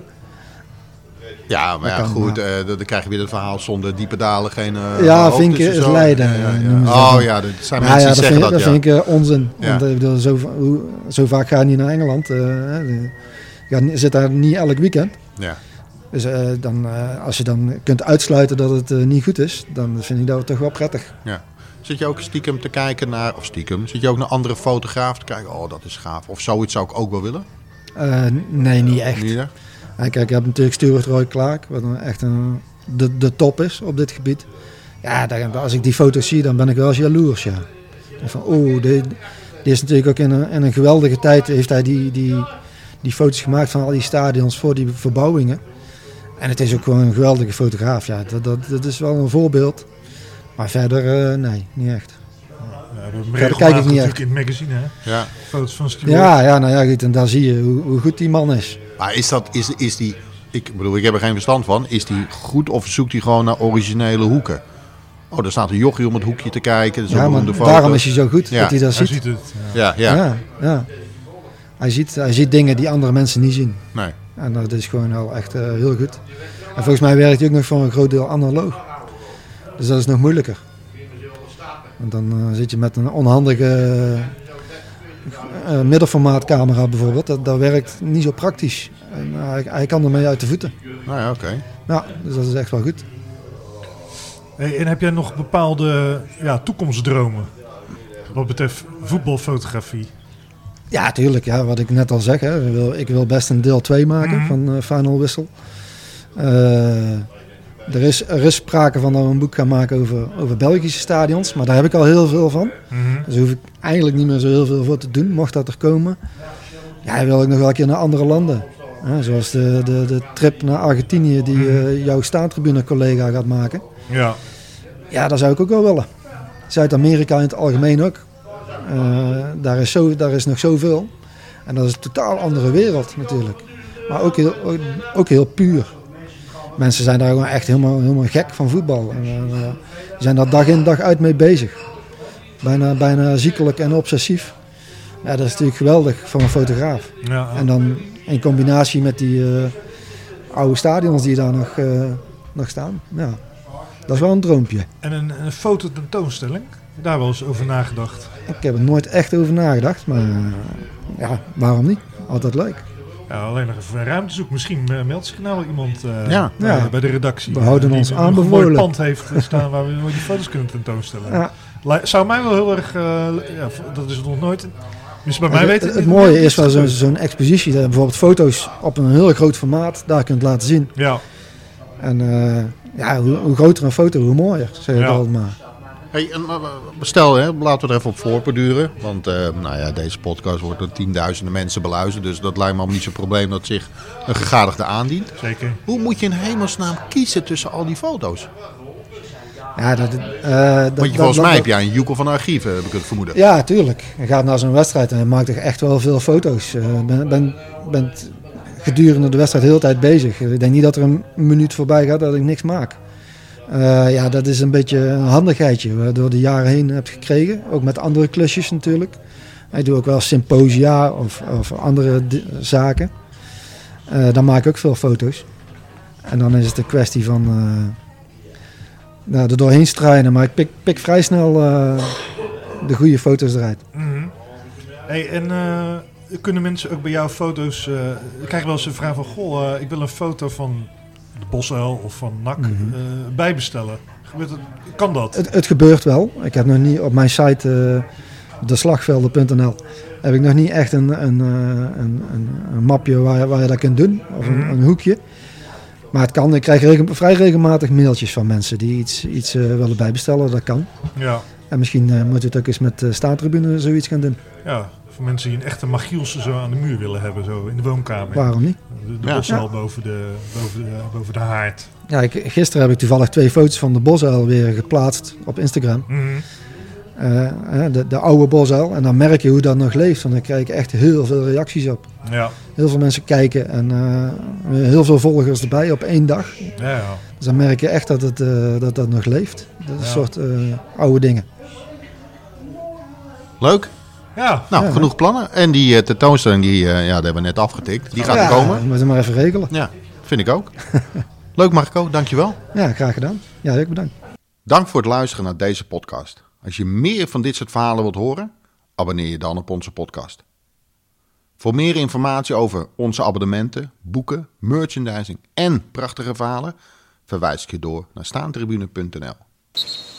Ja, maar ja, goed, uh, dan krijg je weer het verhaal zonder diepe dalen, geen uh, ja, vinken is lijden. Ja, ja, ja. Oh ja, dat zijn mensen ja, die zeggen vind, dat, dat ja. vind ik uh, onzin. Ja. Want ik bedoel, zo, zo vaak ga je niet naar Engeland. Uh, je zit daar niet elk weekend. Ja. Dus uh, dan, uh, als je dan kunt uitsluiten dat het uh, niet goed is, dan vind ik dat toch wel prettig. Ja. Zit je ook stiekem te kijken naar, of stiekem, zit je ook naar andere fotografen te kijken? Oh, dat is gaaf. Of zoiets zou ik ook wel willen? Uh, nee, niet echt. Niet, ja, kijk, je hebt natuurlijk Stuart Roy Clark, wat dan echt een, de, de top is op dit gebied. Ja, dan, als ik die foto's zie, dan ben ik wel eens jaloers, ja. Van, oh, die, die is natuurlijk ook in een, in een geweldige tijd, heeft hij die, die, die foto's gemaakt van al die stadions voor die verbouwingen. En het is ook gewoon een geweldige fotograaf, ja. Dat, dat, dat is wel een voorbeeld. Maar verder, uh, nee, niet echt. Ja, verder kijk ik niet echt. In het magazine, hè? Ja. Foto's van Stuart. Ja, ja, nou ja, goed, en daar zie je hoe, hoe goed die man is. Maar is dat, is, is die, ik bedoel, ik heb er geen verstand van. Is die goed of zoekt hij gewoon naar originele hoeken? Oh, daar staat een jochie om het hoekje te kijken. Ja, maar de daarom is hij zo goed, ja. dat hij dat hij ziet. ziet het. Ja, ja. ja. ja, ja. Hij, ziet, hij ziet dingen die andere mensen niet zien. Nee. En dat is gewoon wel echt uh, heel goed. En volgens mij werkt hij ook nog voor een groot deel analoog. Dus dat is nog moeilijker. Want dan uh, zit je met een onhandige uh, uh, middelformaatcamera bijvoorbeeld. Dat, dat werkt niet zo praktisch. En, uh, hij, hij kan ermee uit de voeten. Nou ja, oké. Okay. Ja, dus dat is echt wel goed. Hey, en heb jij nog bepaalde ja, toekomstdromen wat betreft voetbalfotografie? Ja, tuurlijk. Ja, wat ik net al zeg. Hè. Ik, wil, ik wil best een deel twee maken mm-hmm. van uh, Final Whistle. Uh, er, is, er is sprake van dat we een boek gaan maken over, over Belgische stadions. Maar daar heb ik al heel veel van. Mm-hmm. Dus daar hoef ik eigenlijk niet meer zo heel veel voor te doen. Mocht dat er komen. Ja, wil ik nog wel een keer naar andere landen. Ja, zoals de, de, de trip naar Argentinië die uh, jouw staantribune collega gaat maken. Ja. Ja, dat zou ik ook wel willen. Zuid-Amerika in het algemeen ook. Uh, daar, is zo, daar is nog zoveel. En dat is een totaal andere wereld natuurlijk. Maar ook heel, ook, ook heel puur. Mensen zijn daar gewoon echt helemaal, helemaal gek van voetbal. En, uh, die zijn daar dag in dag uit mee bezig. Bijna, bijna ziekelijk en obsessief. Ja, dat is natuurlijk geweldig voor een fotograaf. Ja, ja. En dan in combinatie met die uh, oude stadions die daar nog, uh, nog staan. Ja, dat is wel een droompje. En een, een fototentoonstelling? Daar wel eens over nagedacht? Ik heb er nooit echt over nagedacht, maar uh, ja, waarom niet? Altijd leuk. Ja, alleen nog even een ruimte zoeken. Misschien uh, meldt zich nou wel iemand uh, ja. bij, Ja. bij de redactie. We houden uh, ons die aanbevolen. een mooi pand heeft staan waar we die foto's kunnen tentoonstellen. Ja. Zou mij wel heel erg... Uh, ja, dat is het nog nooit... Dus bij mij het, weet het, het mooie is wel zo'n, zo'n expositie. Dat je bijvoorbeeld foto's op een heel groot formaat daar kunt laten zien. Ja. En uh, ja, hoe, hoe groter een foto, hoe mooier. Zeg ik ja. altijd maar. Hey, stel, hè, laten we er even op voorborduren. Want uh, nou ja, deze podcast wordt door tienduizenden mensen beluisterd. Dus dat lijkt me allemaal niet zo'n probleem dat zich een gegadigde aandient. Zeker. Hoe moet je in hemelsnaam kiezen tussen al die foto's? Ja, dat, uh, dat, Want je, volgens dat, mij dat, heb jij een joekel van archieven, heb ik het vermoeden. Ja, tuurlijk. Je gaat naar zo'n wedstrijd en je maakt echt wel veel foto's. Je uh, ben, ben, bent gedurende de wedstrijd de hele tijd bezig. Ik denk niet dat er een minuut voorbij gaat dat ik niks maak. Uh, ja, dat is een beetje een handigheidje waar je door de jaren heen hebt gekregen. Ook met andere klusjes natuurlijk. Ik doe ook wel symposia of, of andere d- zaken. Uh, dan maak ik ook veel foto's. En dan is het een kwestie van uh, nou, er doorheen strijden. Maar ik pik, pik vrij snel uh, de goede foto's eruit. Mm-hmm. Hey, en uh, kunnen mensen ook bij jou foto's... Uh, ik krijg wel eens een vraag van... Goh, uh, ik wil een foto van de Bosuil of van N A C mm-hmm. uh, bijbestellen. Gebeurt het, kan dat? Het, het gebeurt wel. Ik heb nog niet op mijn site... Uh, de slagvelden punt n l heb ik nog niet echt een, een, een, een, een mapje waar, waar je dat kunt doen. Of een, een hoekje. Maar het kan. Ik krijg regen, vrij regelmatig mailtjes van mensen die iets, iets uh, willen bijbestellen. Dat kan. Ja. En misschien uh, moet het ook eens met de staantribune zoiets gaan doen. Ja, voor mensen die een echte Machielse zo aan de muur willen hebben. Zo in de woonkamer. Waarom niet? De, de ja. Bosuil ja. boven, de, boven, de, boven de haard. Ja, ik, gisteren heb ik toevallig twee foto's van de Bosuil weer geplaatst op Instagram. Mm-hmm. Uh, de, de oude Bosuil. En dan merk je hoe dat nog leeft. Want dan krijg ik echt heel veel reacties op. Ja. Heel veel mensen kijken. En uh, heel veel volgers erbij op één dag. Ja, ja. Dus dan merk je echt dat het, uh, dat, dat nog leeft. Dat is ja. een soort uh, oude dingen. Leuk. Ja. Nou, ja, genoeg hè? plannen. En die uh, tentoonstelling, die, uh, ja, die hebben we net afgetikt. Die gaat ja, komen. Ja, moeten we maar even regelen. Ja, vind ik ook. Leuk Marco, dankjewel. Ja, graag gedaan. Ja, ook bedankt. Dank voor het luisteren naar deze podcast. Als je meer van dit soort verhalen wilt horen, abonneer je dan op onze podcast. Voor meer informatie over onze abonnementen, boeken, merchandising en prachtige verhalen, verwijs ik je door naar staantribune punt n l.